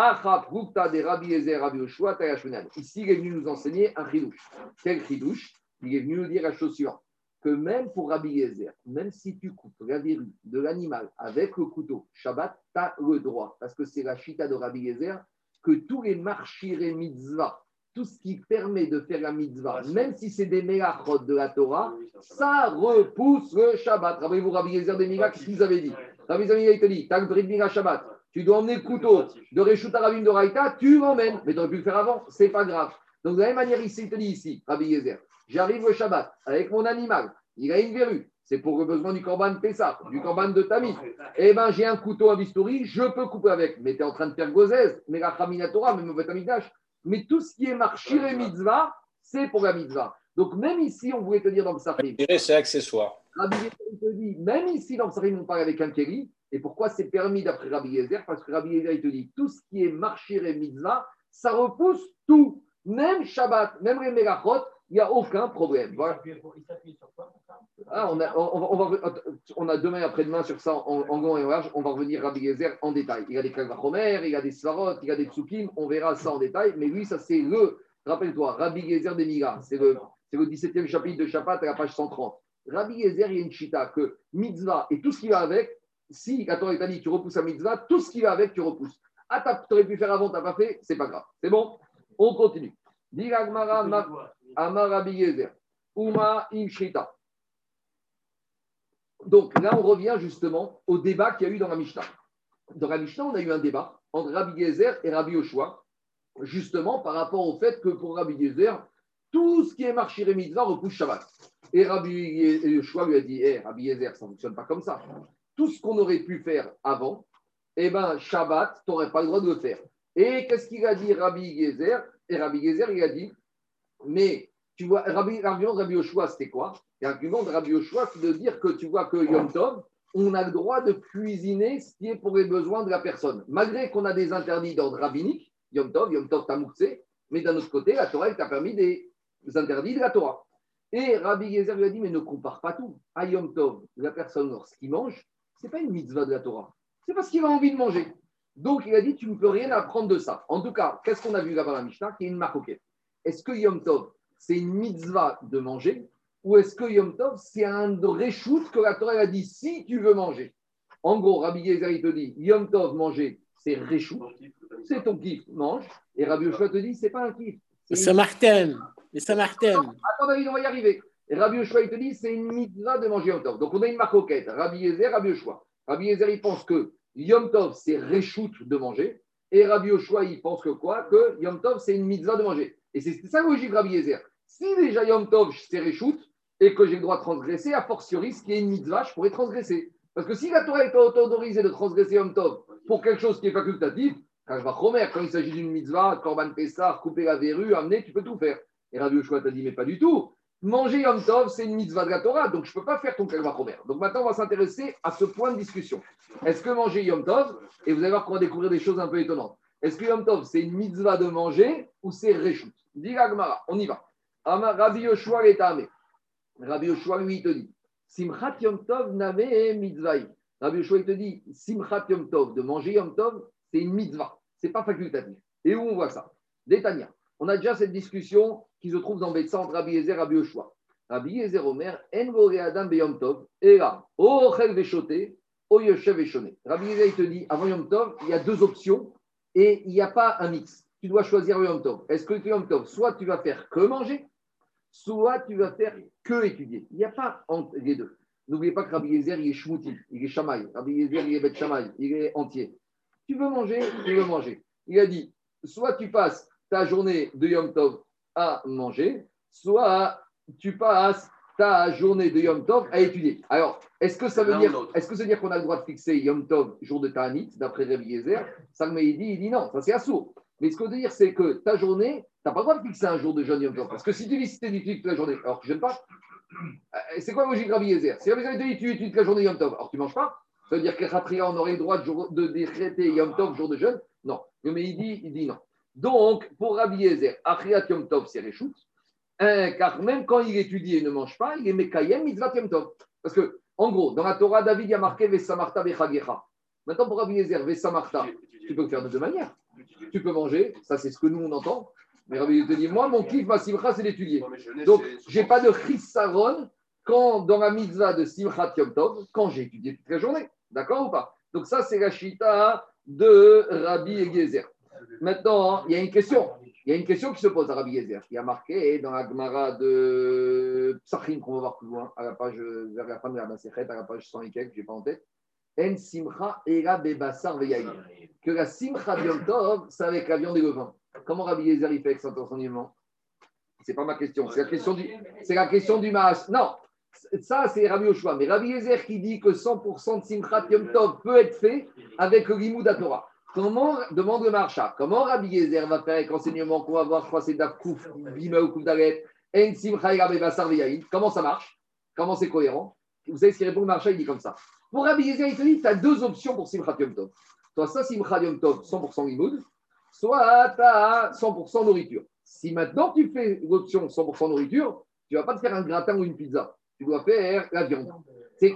Ici, il est venu nous enseigner un chidouche. Quel chidouche? Il est venu nous dire la chose suivante. Que même pour Rabbi Eliezer, même si tu coupes la verrue de l'animal avec le couteau, Shabbat, tu as le droit. Parce que c'est la chita de Rabbi Eliezer que tous les marchiré mitzvah, tout ce qui permet de faire la mitzvah, même si c'est des mélachot de la Torah, ça repousse le Shabbat. Rappelez-vous Rabbi Eliezer des Mila, qu'est-ce qu'il nous avait dit? Rabbi Eliezer, il te dit, tu as le brit Mila Shabbat, tu dois emmener le couteau de Reshut Arabim de Raïta, tu l'emmènes. Mais tu aurais pu le faire avant, c'est pas grave. Donc de la même manière, ici, il te dit ici, Rabbi Eliezer, j'arrive au Shabbat avec mon animal, il a une verrue. C'est pour le besoin du Korban Pessah, du Korban de Tamid. Eh bien, j'ai un couteau à bistouri, je peux couper avec. Mais tu es en train de faire gozès, mais la Chaminatora, même au Betamidash. Mais tout ce qui est marchir et mitzvah, c'est pour la mitzvah. Donc, même ici, on voulait te dire dans le Psachim. C'est accessoire. Rabbi Yezer te dit, même ici, dans le Psachim, on parle avec un kéli. Et pourquoi c'est permis d'après Rabbi Yezer? Parce que Rabbi Yezer, il te dit, tout ce qui est marchir et mitzvah, ça repousse tout. Même Shabbat, même les Melachot, il n'y a aucun problème. Voilà. Ah, on a demain et après-demain sur ça en long et en large. On va revenir Rabbi Eliezer en détail. Il y a des Kalvachomer, il y a des Svarot, il y a des Tsukim. On verra ça en détail. Mais lui, ça c'est rappelle-toi, Rabbi Eliezer des Mila. C'est le 17e chapitre de Shabbat à la page 130. Rabbi Eliezer, il y a une chita que mitzvah et tout ce qui va avec, si la Torah t'a dit tu repousses à mitzvah, tout ce qui va avec, tu repousses. Ah, tu aurais pu faire avant, tu n'as pas fait, c'est pas grave. C'est bon? On continue. Diragmara Amar Rabbi Eliezer. Uma Imshita. Donc là, on revient justement au débat qu'il y a eu dans la Mishnah. Dans la Mishnah, on a eu un débat entre Rabbi Eliezer et Rabbi Yoshua justement par rapport au fait que pour Rabbi Yezer, tout ce qui est marchiré mitzvah repousse Shabbat. Et Rabbi Yoshua lui a dit, Rabbi Yezer, ça ne fonctionne pas comme ça. Tout ce qu'on aurait pu faire avant, eh ben, Shabbat, tu n'aurais pas le droit de le faire. Et qu'est-ce qu'il a dit Rabbi Yezer? Et Rabbi Yezer, il a dit, mais tu vois, l'argument de Rabbi Yoshua, c'était quoi? L'argument de Rabbi Yoshua, c'est de dire que tu vois que Yom Tov, on a le droit de cuisiner ce qui est pour les besoins de la personne. Malgré qu'on a des interdits d'ordre rabbinique, Yom Tov, Tamoukse, mais d'un autre côté, la Torah t'a permis des interdits de la Torah. Et Rabbi Yezer lui a dit, mais ne compare pas tout. À Yom Tov, la personne, lorsqu'il mange, ce n'est pas une mitzvah de la Torah. C'est parce qu'il a envie de manger. Donc, il a dit, tu ne peux rien apprendre de ça. En tout cas, qu'est-ce qu'on a vu là-bas dans la Mishnah? Qui est une marcoquette. Est-ce que Yom Tov, c'est une mitzvah de manger? Ou est-ce que Yom Tov, c'est un reshoot que la Torah a dit, si tu veux manger? En gros, Rabbi Yezer, il te dit, Yom Tov, manger, c'est reshoot. C'est ton kiff, mange. Et Rabbi Yoshua te dit, c'est pas un kiff. C'est Martin. Attends, David, on va y arriver. Et Rabbi Yoshua, il te dit, c'est une mitzvah de manger Yom Tov. Donc, on a une marcoquette. Rabbi Yezer, Rabbi Yoshua. Rabbi Yezer, il pense que Yom Tov, c'est reshoot de manger. Et Rabbi Yoshua, il pense que quoi? Que Yom Tov, c'est une mitzvah de manger. Et c'est ça la logique de Rabbi Yezer. Si déjà Yom Tov, c'est reshoot, et que j'ai le droit de transgresser, a fortiori, ce qui est une mitzvah, je pourrais transgresser. Parce que si la Torah est autorisée de transgresser Yom Tov pour quelque chose qui est facultatif, quand il s'agit d'une mitzvah, Korban Pessah, couper la verrue, amener, tu peux tout faire. Et Rabbi Yoshua t'a dit, mais pas du tout. Manger Yom Tov, c'est une mitzvah de la Torah, donc je ne peux pas faire ton Kalva Chomer. Donc maintenant, on va s'intéresser à ce point de discussion. Est-ce que manger Yom Tov, et vous allez voir qu'on va découvrir des choses un peu étonnantes, est-ce que Yom Tov, c'est une mitzvah de manger ou c'est Réchout? Dis la Gemara, on y va. Rabbi Yoshua est amé. Rabbi Yoshua, lui, il te dit, Simchat Yom Tov name mitzvah. Rabbi Yoshua, il te dit, Simchat Yom Tov, de manger Yom Tov, c'est une mitzvah. Ce n'est pas facultatif. Et où on voit ça? Détania. On a déjà cette discussion qui se trouve dans Betsa entre Rabbi Yezer et Rabbi Yoshua. Rabbi Yezer Omer, En Gore Adam be Yom Tov, et là, O Ochel Veshote, O Yoshev Veshone. Rabbi Yezer, il te dit, avant Yom Tov, il y a deux options et il n'y a pas un mix. Tu dois choisir Yom Tov. Est-ce que Yom Tov, soit tu vas faire que manger, soit tu vas faire que étudier. Il n'y a pas entre les deux. N'oubliez pas que Rabbi Yezer, il est shmouti, il est shamaï. Rabbi Yezer, il est bet shamaï, il est entier. Tu veux manger, tu veux manger. Il a dit, soit tu passes ta journée de Yom Tov à manger, soit tu passes ta journée de Yom Tov à étudier. Alors, est-ce que ça veut dire qu'on a le droit de fixer Yom Tov, jour de Ta'anit, d'après Rabbi Yezer? Salmé, il dit non, ça c'est assourd. Mais ce qu'on veut dire, c'est que ta journée, tu n'as pas le droit de fixer un jour de jeûne Yom Tov. Parce que si tu dis que tu toute la journée, alors tu ne jeûnes pas. C'est quoi la logique de Rabbi Yezer? Si Rabbi Yezer te dit tu étudies toute la journée Yom Tov, alors tu ne manges pas. Ça veut dire qu'après, on aurait le droit de décréter Yom Tov, jour de jeûne? Non. Mais il dit non. Donc, pour Rabbi Yezer, Achriat Yom Tov, c'est Réchout. Car même quand il étudie et ne mange pas, il est Mekayem Mitzvat Yom Tov. Parce que, en gros, dans la Torah, David, il y a marqué Vesamarta Bechagecha. Maintenant, pour Rabbi Yezer, Vesamarta, tu peux le faire de deux manières. Tu peux manger, ça c'est ce que nous on entend. Mais Rabbi Yezer te dit, moi, mon kiff, ma simcha, c'est d'étudier. Donc, je n'ai pas de chissaron quand, dans la mitzvah de Simchat Yom Tov, quand j'ai étudié toute la journée. D'accord ou pas? Donc, ça, c'est la chita de Rabbi Yezer. Maintenant, il y a une question. Il y a une question qui se pose à Rabbi Yezer, qui a marqué dans la Gemara de Psachim, qu'on va voir plus loin, à la page, vers la fin de la Masechet, à la page 100 et quelques, je n'ai pas en tête. En simcha ela bebassar veyaïr. Que la simcha de Yom Tov, c'est avec la viande et le vin. Comment Rabbi Yezer il fait avec cet enseignement? Ce n'est pas ma question. C'est la question du Maas. Non, ça c'est Rabbi Yoshua. Mais Rabbi Yezer qui dit que 100% de simcha Yom Tov peut être fait avec le Limud Torah. Comment, demande le Maharsha, comment Rabbi Yezer va faire avec l'enseignement qu'on va voir, je crois c'est Daf Kouf, Bima ou Kouf Dalet, En Simcha Ela Bebassar Veyaïn? Comment ça marche? Comment c'est cohérent? Vous savez ce qu'il répond le Maharsha? Il dit comme ça. Pour Rabbi Yezer, il te dit, tu as deux options pour Simchat Yom Tov. Soit ça, Simchat Yom Tov, 100% limoud, soit tu as 100% nourriture. Si maintenant tu fais l'option 100% nourriture, tu ne vas pas te faire un gratin ou une pizza. Tu dois faire la viande. C'est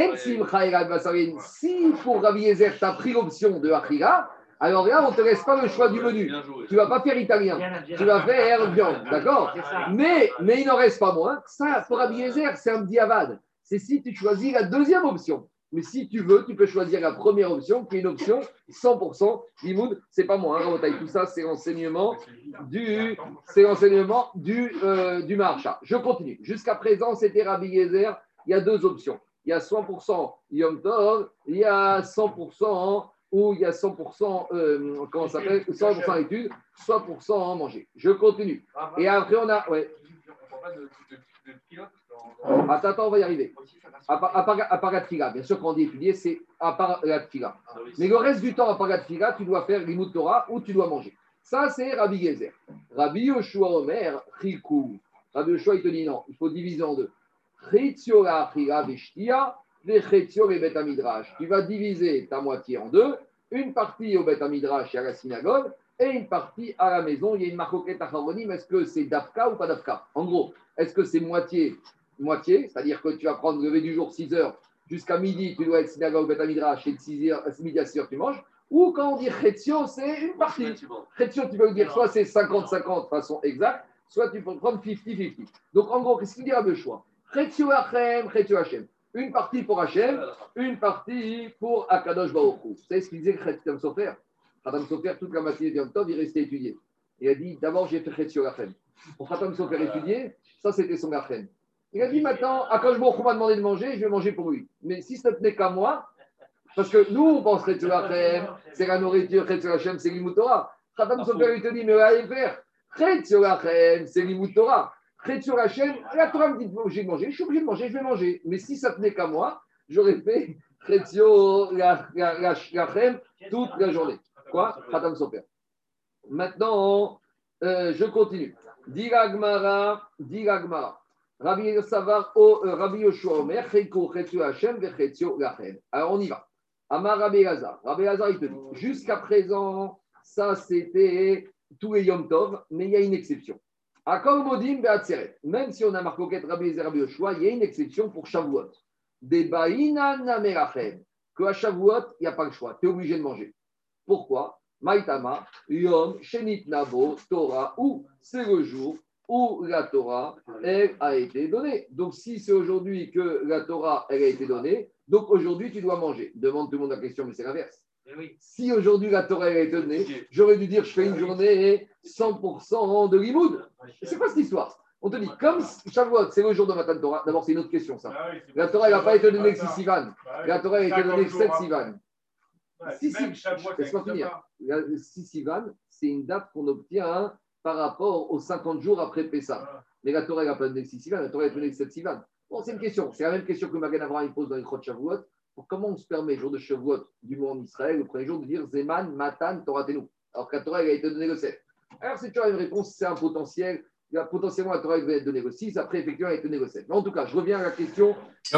si pour Rabbi Yezer, tu as pris l'option de Achila, alors là, on ne te laisse pas le choix du menu. Tu ne vas pas faire italien, tu vas faire viande, d'accord? Mais il n'en reste pas moins. Ça, pour Rabbi Yezer, c'est un diavad. C'est si tu choisis la deuxième option. Mais si tu veux, tu peux choisir la première option, qui est une option 100% limoud. C'est pas moi, hein, tout ça, c'est l'enseignement du Maharsha. Je continue. Jusqu'à présent, c'était Rabbi Yezer. Il y a deux options. Il y a 100% Yom Tov, il y a 100% où il y a 100%, comment ça s'appelle, 100% études, 100% manger. Je continue. Et après, on a. Ouais. On ne parle pas de pilote. Attends, on va y arriver. À part la tfila. Bien sûr, quand on dit étudier, c'est à part la tfila. Mais le reste du temps, à part la tfila, tu dois faire l'imout Torah ou tu dois manger. Ça, c'est Rabbi Gezer. Rabbi Yoshua Omer, Chikou. Rabbi Yoshua, il te dit non, il faut diviser en deux. Chitzio la achila veshtia, vechetsio le bet amidrash. Tu vas diviser ta moitié en deux. Une partie au bet amidrash et à la synagogue, et une partie à la maison. Il y a une marcoquette à Charonim. Est-ce que c'est Dafka ou pas Dafka? En gros, est-ce que c'est moitié, c'est-à-dire que tu vas prendre le lever du jour 6 heures jusqu'à midi, tu dois être synagogue, bet amidrash, et de 6 heures, midi à 6 heures, tu manges? Ou quand on dit Chetio, c'est une partie. Chetio, tu peux dire soit c'est 50-50 de façon exacte, soit tu peux prendre 50-50. Donc en gros, qu'est-ce qu'il y a de choix? Chetio Hachem, Chetio Hachem. Une partie pour Hachem, une partie pour Akadosh Baruch Hu. Vous savez ce qu'il disait Khatam Sofer? Khatam Sofer, toute la matinée de Yom Tov, il restait étudier. Il a dit d'abord, j'ai fait Chetio Hachem. Pour Khatam Sofer étudier, ça c'était son Hachem. Il a dit maintenant, Akadosh Baruch Hu m'a demandé de manger, je vais manger pour lui. Mais si ce n'est qu'à moi, parce que nous, on pense Chetio Hachem, c'est la nourriture, Chetio Hachem, c'est l'imout Torah. Khatam Sofer, il te dit, mais allez faire. Chetio Hachem, c'est l'imout Torah. Chetio Hachem, la Torah me dit j'ai mangé, je suis obligé de manger, je vais manger. Mais si ça tenait qu'à moi, j'aurais fait Chetio Hachem toute la journée. Quoi? Khatam Sofer. Maintenant, je continue. Diragmara. Rabbi Savar, Rabbi Yoshua Omer, Cheiko Chetio Hachem, Vechetio Hachem. Alors on y va. Amar Rabbi Lazar. Rabbi Lazar, il te dit, jusqu'à présent, ça c'était tous les Yom Tov, mais il y a une exception. Akol Modim Be'atzeret. Même si on a marqué Rabbi Lazar, Rabbi Yoshua, il y a une exception pour Shavuot. Debaïna Namerachem. Que à Shavuot, il n'y a pas le choix. Tu es obligé de manger. Pourquoi? Maïtama, Yom, Shenit Nabo, Torah, ou c'est le jour où la Torah, elle a été donnée. Donc, si c'est aujourd'hui que la Torah, elle a été donnée, donc aujourd'hui, tu dois manger. Demande tout le monde la question, mais c'est l'inverse. Oui. Si aujourd'hui, la Torah, elle a été donnée, j'aurais dû dire, je fais une journée 100% de limoud. C'est quoi cette histoire? On te dit, comme Shavuot, c'est le jour de Matan Torah, d'abord, c'est une autre question, ça. La Torah, elle n'a pas été donnée le 6 Sivan. La Torah, elle a été donnée le 7 Sivan. Laisse-moi finir. Le 6 Sivan, c'est une date qu'on obtient par rapport aux 50 jours après Pessah. Mais la Torah n'a pas donné le 6 Sivan, la Torah a donné le 7 Sivan. Bon, c'est une question. C'est la même question que Magen Avraham pose dans les Chot Shavuot. Comment on se permet, jour de Shavuot, du mois en Israël, le premier jour, de dire Zeman, Matan, Torah Tenu, alors que la Torah elle a été donnée le 7. Alors, c'est toujours une réponse, c'est un potentiel. Potentiellement, la Torah devait être donnée le 6, après, effectivement, elle a été donnée le 7. Mais en tout cas, je reviens à la question.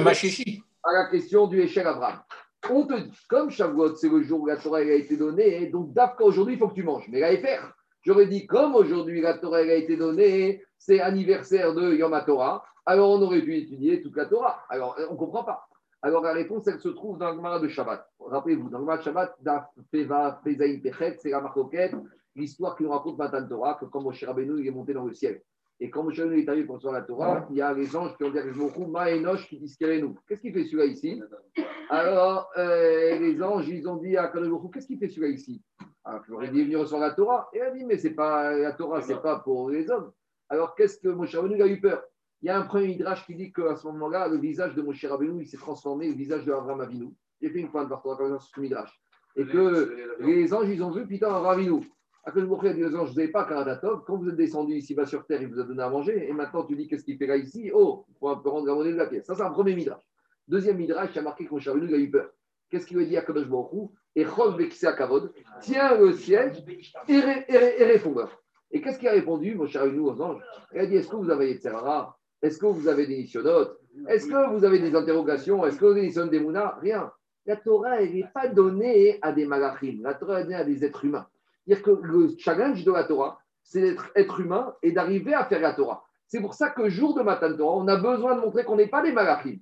À la question du Eshel Abraham. On te dit, comme Shavuot, c'est le jour où la Torah elle a été donnée, donc d'abord aujourd'hui, il faut que tu manges. Mais là, faire. J'aurais dit, comme aujourd'hui la Torah elle a été donnée, c'est anniversaire de Yom HaTorah, alors on aurait pu étudier toute la Torah. Alors, on ne comprend pas. Alors, la réponse, elle se trouve dans le Gemara de Shabbat. Rappelez-vous, dans le Gemara de Shabbat, Peva, Pezaïn, Pechet, c'est la marcoquette, l'histoire qui nous raconte Matan Torah, que quand Moshe Rabbeinu il est monté dans le ciel. Et quand Moshe Rabbeinu est arrivé pour recevoir la Torah, il y a les anges qui ont dit à Ma Enoch qui disent nous. Qu'est-ce qu'il fait celui-là ici? Alors, les anges, ils ont dit à Kadosh Baruch Hu, qu'est-ce qu'il fait celui-là ici? Alors, j'aurais dit venir recevoir la Torah. Et elle a dit, mais c'est pas la Torah, c'est pas pour les hommes. Alors, qu'est-ce que Moshe Rabbeinu a eu peur? Il y a un premier midrash qui dit qu'à ce moment-là, le visage de Moshe Rabbeinu, il s'est transformé, le visage de Avraham Avinu. J'ai fait une fois de Torah sur ce midrash. Et que les anges, ils ont vu, putain, Avraham Avinu. Après, le a dit aux anges, vous n'avez pas Karadatov, quand vous êtes descendu ici-bas sur terre, il vous a donné à manger, et maintenant tu dis, qu'est-ce qu'il fait là ici? Oh, il faut un peu rendre la monnaie de la pièce. Ça, c'est un premier midrash. Deuxième midrash, qui a marqué que Moshe Rabbeinu a eu peur. Qu'est-ce qu'il lui a dit à Kadosh Baruch Hu? Et Chol Bekse Kavod, tiens le ciel et réponds. Et qu'est-ce qu'il a répondu, Moshe Rabbeinu aux anges? Il a dit, est-ce que vous avez des Tzerara? Est-ce que vous avez des nisyonotes? Est-ce que vous avez des interrogations? Est-ce que vous avez des nisyonotes des Mouna? Rien. La Torah, elle n'est pas donnée à des malachim. La Torah est donnée à des êtres humains. C'est-à-dire que le challenge de la Torah, c'est d'être être humain et d'arriver à faire la Torah. C'est pour ça que jour de Matan Torah, on a besoin de montrer qu'on n'est pas des malachim.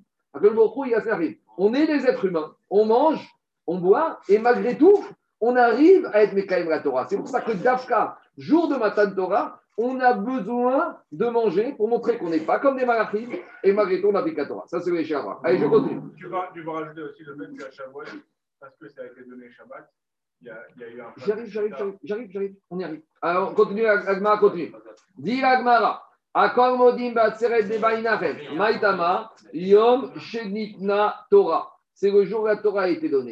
On est des êtres humains. On mange, on boit, et malgré tout, on arrive à être Mekaïm la Torah. C'est pour ça que Dafka, jour de Matan Torah, on a besoin de manger pour montrer qu'on n'est pas comme des malachim, et malgré tout, on applique la Torah. Ça, c'est le Shabbat. Allez, je continue. Tu vas rajouter aussi le fait qu'à Shavuot, parce que ça a été donné Shabbat, il y a eu un. J'arrive. On y arrive. Alors, on continue, Agmara continue. Dis Agmara. Akor modim ba'atzeret debainachem. Maïtama, yom shenitna Torah. C'est le jour où la Torah a été donnée.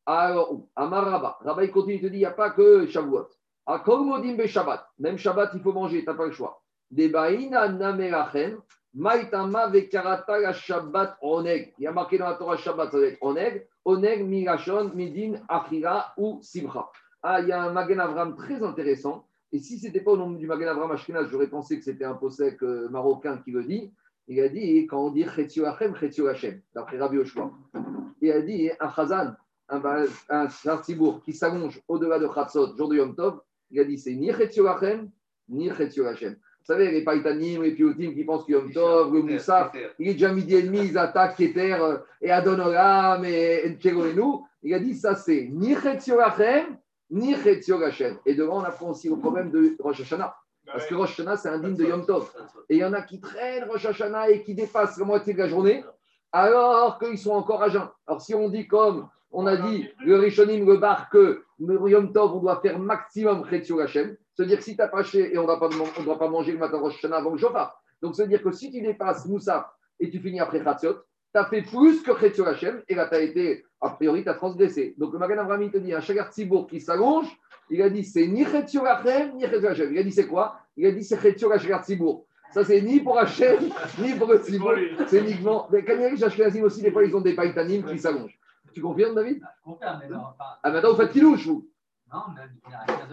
Alors, Amar Rabba. Rabba, il continue, il te dit, il n'y a pas que Shavuot. À Kol Modim Be Shabbat. Même Shabbat, il faut manger, tu n'as pas le choix. Debaïna Namerachem. Maïtama Vekarata la Shabbat Oneg. Il y a marqué dans la Torah Shabbat, ça va être Oneg. Oneg, Mirachon, Midin, Achira ou Simcha. Ah, il y a un Magen Avram très intéressant. Et si ce n'était pas au nom du Magen Avram Ashkenaz, j'aurais pensé que c'était un possèque marocain qui le dit. Il a dit, quand on dit Chetio Hachem, Chetio Hachem, d'après Rabbi Yoshua. Il a dit, un Chazan, un Tzibur qui s'allonge au-delà de Chatzot, jour de Yom Tov, il a dit, c'est ni Chetio Hachem, ni Chetio Hachem. Vous savez, les Païtanim, les Piotim qui pensent que Yom Tov, le Moussaf, il est déjà midi et demi, ils attaquent Keter et Adonoram et Tchegoenu. Il a dit, ça c'est ni Chetio Hachem, ni Chetio Hachem. Et devant, on apprend aussi le problème de Rosh Hashanah. Parce que Rosh Hashanah, c'est un digne de Yom Tov. Et il y en a qui traînent Rosh Hashanah et qui dépassent la moitié de la journée, alors qu'ils sont encore à jeun. Alors si on dit comme on a dit, le Rishonim, le bar, que le Yom Tov, on doit faire maximum Chetio Hachem, c'est-à-dire que si tu n'as pas acheté et on ne doit pas manger le matin Rosh Hashanah avant le Shofar. Donc c'est-à-dire que si tu dépasses Moussa et tu finis après Chatzot, tu as fait plus que Chetio Hachem et là tu as été, a priori, tu as transgressé. Donc le Magen Avraham te dit, un Shagar Tzibour qui s'allonge, il a dit c'est ni Chetio Hachem, ni Chetio Hachem. Il a dit c'est quoi? Il a dit c'est Chetio Hachem Tzibour. Ça, c'est ni pour Hachem, ni pour le Tzibour. C'est uniquement. Mais Kanyari, Ashkenazim aussi, des fois, ils ont des païtanim qui s'allongent. Tu confirmes, David? Je confirme, mais non. Ah, maintenant, vous faites Kilouche, vous? Non, mais à 15h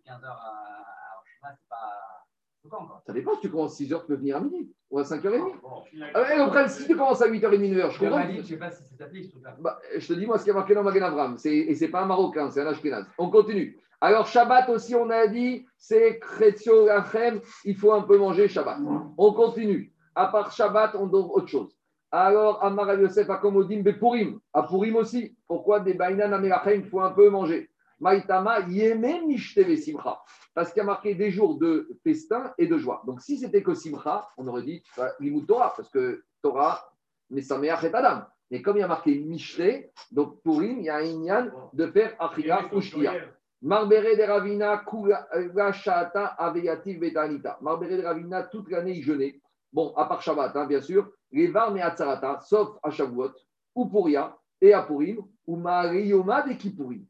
à Rochema, c'est pas. Quand, quoi. Ça dépend, si tu commences à 6h, tu peux venir à midi ou à 5h30. Après, si tu commences à 8h30, 9h, je comprends. Je ne sais pas si c'est appliqué, ce truc-là. Je te dis, moi, ce qui est marqué dans Magen Avram, et ce n'est pas un Marocain, c'est un Ashkenaz. On continue. Alors, Shabbat aussi, on a dit, c'est Chetio Hachem, il faut un peu manger Shabbat. On continue. À part Shabbat, on donne autre chose. Alors, Amar Rav Yosef Akomodim Bepurim. À Purim aussi. Pourquoi des Bainan Amelachem, il faut un peu manger. Maïtama Yeme Mishteve Simcha. Parce qu'il y a marqué des jours de festin et de joie. Donc, si c'était que Simcha, on aurait dit Limut Torah, parce que Torah, mais Sameach et Adam. Mais comme il y a marqué Mishte, donc Purim, il y a un Inyan de faire Achila ou Shkia. Marbere de Ravina, Kula Shata, Aveyativ Betanita. Marbere de Ravina, toute l'année, il jeûnait. Bon, à part Shabbat, hein, bien sûr. Les Varm et Atzarata, sauf à Shavuot, ou Puria, et à Purim, ou Mariyoma de Kippurim.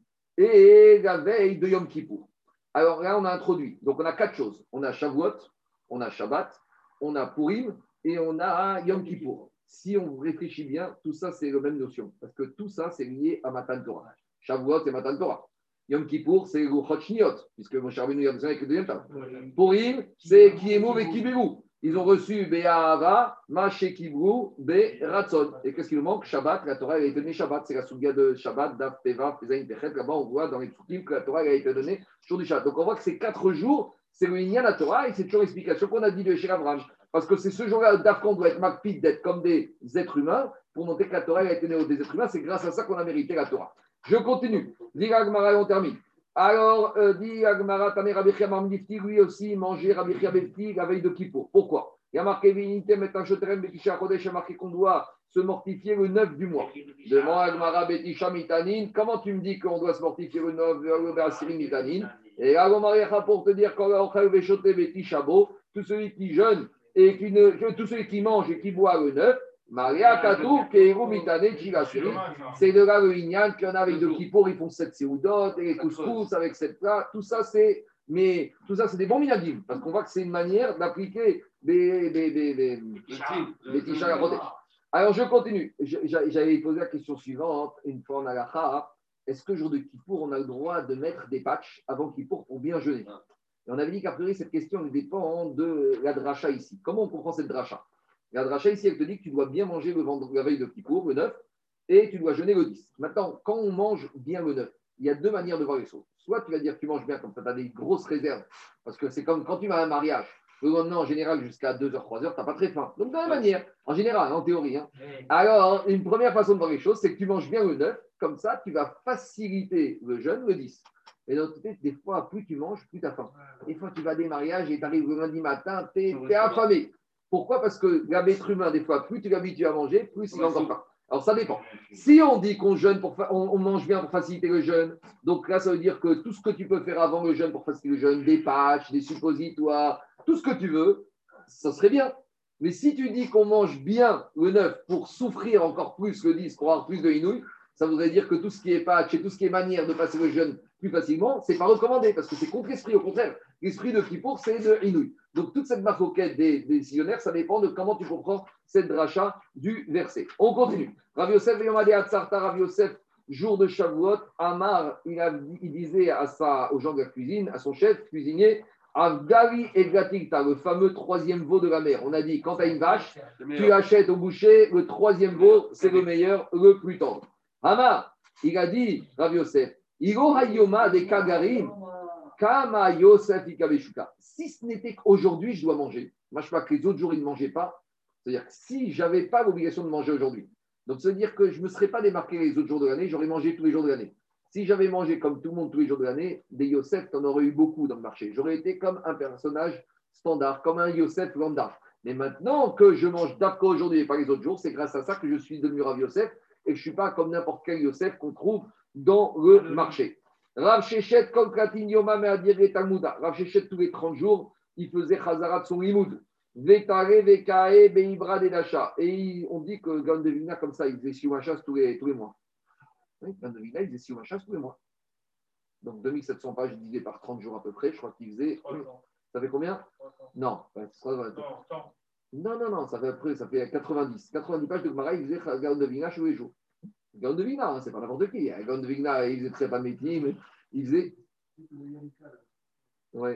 Et la veille de Yom Kippour. Alors là, on a introduit. Donc, on a 4 choses. On a Shavuot, on a Shabbat, on a Purim, et on a Yom Kippour. Si on réfléchit bien, tout ça, c'est la même notion. Parce que tout ça, c'est lié à Matan Torah. Shavuot, c'est Matan Torah. Yom Kippour, c'est Luchot Shniot, puisque mon cher Benoît, il y a besoin avec le deuxième temps. Purim, c'est Kiemov et Kiberu. Ils ont reçu Be'ahava, Ma'ashe Kibru, Be'ratzon. Et qu'est-ce qu'il nous manque? Shabbat, la Torah, elle a été donnée Shabbat. C'est la Souga de Shabbat, Daf, Teva, Pezaïn, Pechet. Là-bas, on voit dans les Tzukim que la Torah, elle a été donnée jour du Shabbat. Donc, on voit que ces 4 jours, c'est le Inyan la Torah, et c'est toujours l'explication qu'on a dit de chez Abraham. Parce que c'est ce jour-là, Daf, qu'on doit être makpid, d'être comme des êtres humains, pour montrer que la Torah, elle a été donnée des êtres humains. C'est grâce à ça qu'on a mérité la Torah. Je continue. Diga Gmara, on termine. Alors, dit Agmara, Tané Rabbi Chia Mamdifti, lui aussi, manger Rabbi Chia Befti la veille de Kippour. Pourquoi? Il y a marqué Vinité, maintenant Choterem, Betisha Kodesh, il y a marqué qu'on doit se mortifier le 9 du mois. Demande Agmara Betisha Mitanin, comment tu me dis qu'on doit se mortifier le 9 le Be'asirim Mitanin? Et Agomariacha pour te dire qu'on a Bechoté Betisha Bo, tout celui qui jeûne et tout celui qui mange et qui boit le 9, Maria Katou, Keiru Mitane, Chigasurim. C'est de là le Inyan qu'il y en a avec de Kippour, ils font 7 séoudotes et les couscous avec cette plat. Tout ça, c'est des bons minagim, parce qu'on voit que c'est une manière d'appliquer des Tisha Yarodesh. Alors, je continue. J'avais posé la question suivante, une fois en Alacha. Est-ce que jour de Kippour, on a le droit de mettre des patchs avant Kippour pour bien jeûner? Et on avait dit qu'à priori, cette question dépend de la dracha ici. Comment on comprend cette dracha? La dracha ici, elle te dit que tu dois bien manger la veille de Kippour, le 9, et tu dois jeûner le 10. Maintenant, quand on mange bien le 9, il y a 2 manières de voir les choses. Soit tu vas dire que tu manges bien comme ça, tu as des grosses réserves, parce que c'est comme quand tu vas à un mariage. Le lendemain, en général, jusqu'à 2h, 3h, tu n'as pas très faim. Donc, de la même manière, en général, en théorie. Hein. Alors, une première façon de voir les choses, c'est que tu manges bien le 9, comme ça, tu vas faciliter le jeûne le 10. Et donc, des fois, plus tu manges, plus tu as faim. Des fois, tu vas à des mariages et tu arrives le lundi matin, tu es affamé. Pourquoi? Parce que l'être humain, des fois, plus tu l'habitues à manger, plus il a encore faim. Alors, ça dépend. Si on dit qu'on jeûne on mange bien pour faciliter le jeûne, donc là, ça veut dire que tout ce que tu peux faire avant le jeûne pour faciliter le jeûne, des patchs, des suppositoires, tout ce que tu veux, ça serait bien. Mais si tu dis qu'on mange bien le 9 pour souffrir encore plus le 10, pour avoir plus de inouï, Ça voudrait dire que tout ce qui est patch et tout ce qui est manière de passer le jeûne plus facilement, c'est pas recommandé parce que c'est contre l'esprit. Au contraire, l'esprit de Kippour, c'est de Inouï. Donc toute cette marcoquette des décisionnaires, ça dépend de comment tu comprends cette dracha du verset. On continue. Rav Yosef, Rav Yosef, jour de Shavuot, Amar, il disait aux gens de la cuisine, à son chef cuisinier, Avgali et Gatikta, le fameux troisième veau de la mer. On a dit, quand tu as une vache, tu achètes au boucher, le troisième veau, c'est le meilleur, le plus tendre. Amar, il a dit, Rav Yosef, Igo Hayoma de Kagarim, Kama Yosef Ikabeshuka. Si ce n'était qu'aujourd'hui, je dois manger. Moi, je ne sais pas que les autres jours, ils ne mangeaient pas. C'est-à-dire que si je n'avais pas l'obligation de manger aujourd'hui, donc ça veut dire que je ne me serais pas démarqué les autres jours de l'année, j'aurais mangé tous les jours de l'année. Si j'avais mangé comme tout le monde tous les jours de l'année, des Yosef, tu en aurais eu beaucoup dans le marché. J'aurais été comme un personnage standard, comme un Yosef lambda. Mais maintenant que je mange d'Afka aujourd'hui et pas les autres jours, c'est grâce à ça que je suis devenu Rav Yosef et que je ne suis pas comme n'importe quel Yosef qu'on trouve dans le marché. Rav Shechet, Kolkatin Yoma Meadir Talmuda. Rav Shechet, tous les 30 jours, il faisait Chazarat de son limoud. Vetare, Vekae, Beibra, Dedacha. Et on dit que Gan de Vina, comme ça, il faisait Siumachas tous les mois. Oui, Gan de Vina, il faisait Siumachas tous les mois. Donc 2700 pages divisé par 30 jours à peu près, je crois qu'il faisait. Ça fait combien? Non, non, ça fait 90. 90 pages de Gemara, il faisait Gan de Vina tous les jours. Gan de Vina, c'est pas n'importe qui. Gan de Vina, il faisait très pas métier, mais il faisait. Ouais.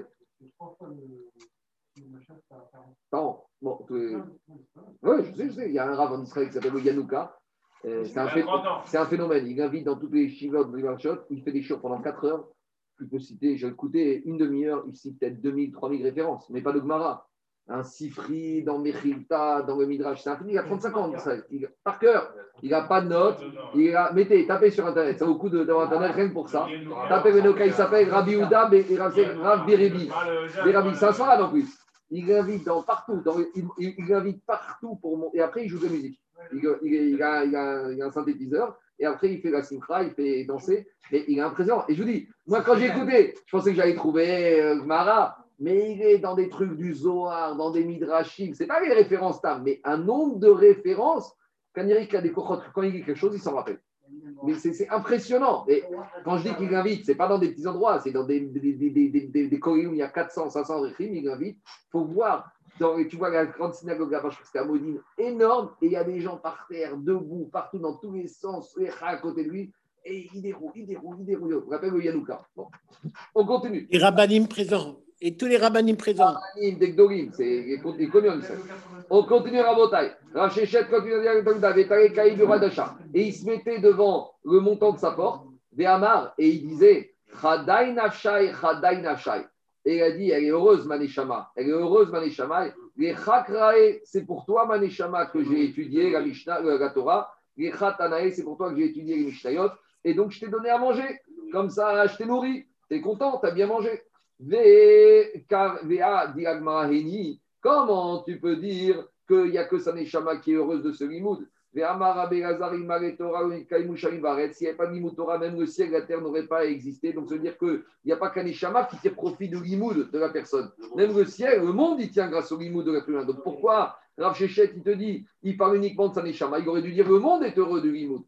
Bon, oui, je sais. Il y a un rav en Israël qui s'appelle Yanouka. C'est un phénomène. Il invite dans toutes les shivot de l'Ivarchot. Il fait des shows pendant 4 heures. Il peut citer, j'ai écouté une demi-heure, il cite peut-être 2000, 3000 références, mais pas de Gemara. Un Sifri dans Mechilta, dans le Midrash. C'est un film, il a 35 ans, par cœur. Il n'a pas de notes. Tapez sur Internet. Ça vaut le coup d'avoir Internet rien que pour ça. Tapez le Noka, il s'appelle Rabbi Houda et Rav Berebi. C'est un soir en plus. Il invite partout. Il invite partout et après, il joue de la musique. Il a un synthétiseur. Et après, il fait la simcha, il fait danser. Mais il est impressionnant. Et je vous dis, moi, quand j'ai écouté, je pensais que j'allais trouver Gmara. Mais il est dans des trucs du Zohar, dans des Midrashim. Ce n'est pas les références tam, mais un nombre de références. Quand il dit quelque chose, il s'en rappelle. Mais c'est impressionnant. Et quand je dis qu'il invite, ce n'est pas dans des petits endroits, c'est dans des colis où il y a 400, 500 réchim, il invite. Il faut voir. Tu vois la grande synagogue là-bas, je crois que c'était à Modine, énorme. Et il y a des gens par terre, debout, partout, dans tous les sens, à côté de lui. Et il déroule. Je vous rappelle le Yanouka. Bon. On continue. Les rabbinim présents. Et tous les rabbinim présents. Rabbanim, des Gdorim, c'est connu en Israël. On continue à Rabotai. Rav Shechet continue à dire et il se mettait devant le montant de sa porte, des Hamar, et il disait Chadai Nafshai, Chadai Nafshai. Et il a dit elle est heureuse, Maneshama. Elle est heureuse, Maneshama. Les Chakrae, c'est pour toi, Maneshama, que j'ai étudié la Mishnah, la Torah. Les Chatanae, c'est pour toi que j'ai étudié les Mishnayot. Et donc, je t'ai donné à manger. Comme ça, je t'ai nourri. T'es content, t'as bien mangé. Comment tu peux dire qu'il n'y a que sa Neshama qui est heureuse de ce limoud? S'il n'y avait pas de limoud Torah, même le ciel et la terre n'auraient pas existé. Donc, ça veut dire qu'il n'y a pas qu'un Neshama qui tire profit de limoud de la personne. Même le ciel, le monde, il tient grâce au limoud de la personne. Donc, pourquoi Rav Shechet, il te dit, il parle uniquement de sa Neshama? Il aurait dû dire le monde est heureux du limoud.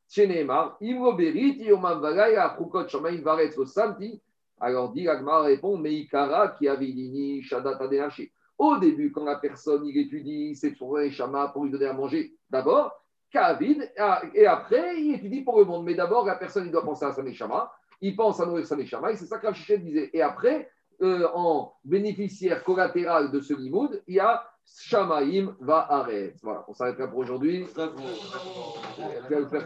Alors, dit Agmar répond, Meikara qui avait dit Shadat Adenaché. Au début, quand la personne il étudie, c'est pour un Shama pour lui donner à manger. D'abord, Kavid, et après, il étudie pour le monde. Mais d'abord, la personne, il doit penser à sa Neshama. Il pense à nourrir sa Neshama. Et c'est ça que Rav Shechet disait. Et après, en bénéficiaire collatéral de ce limoud, il y a Shamaim va arrêter. Voilà, on s'arrête là pour aujourd'hui.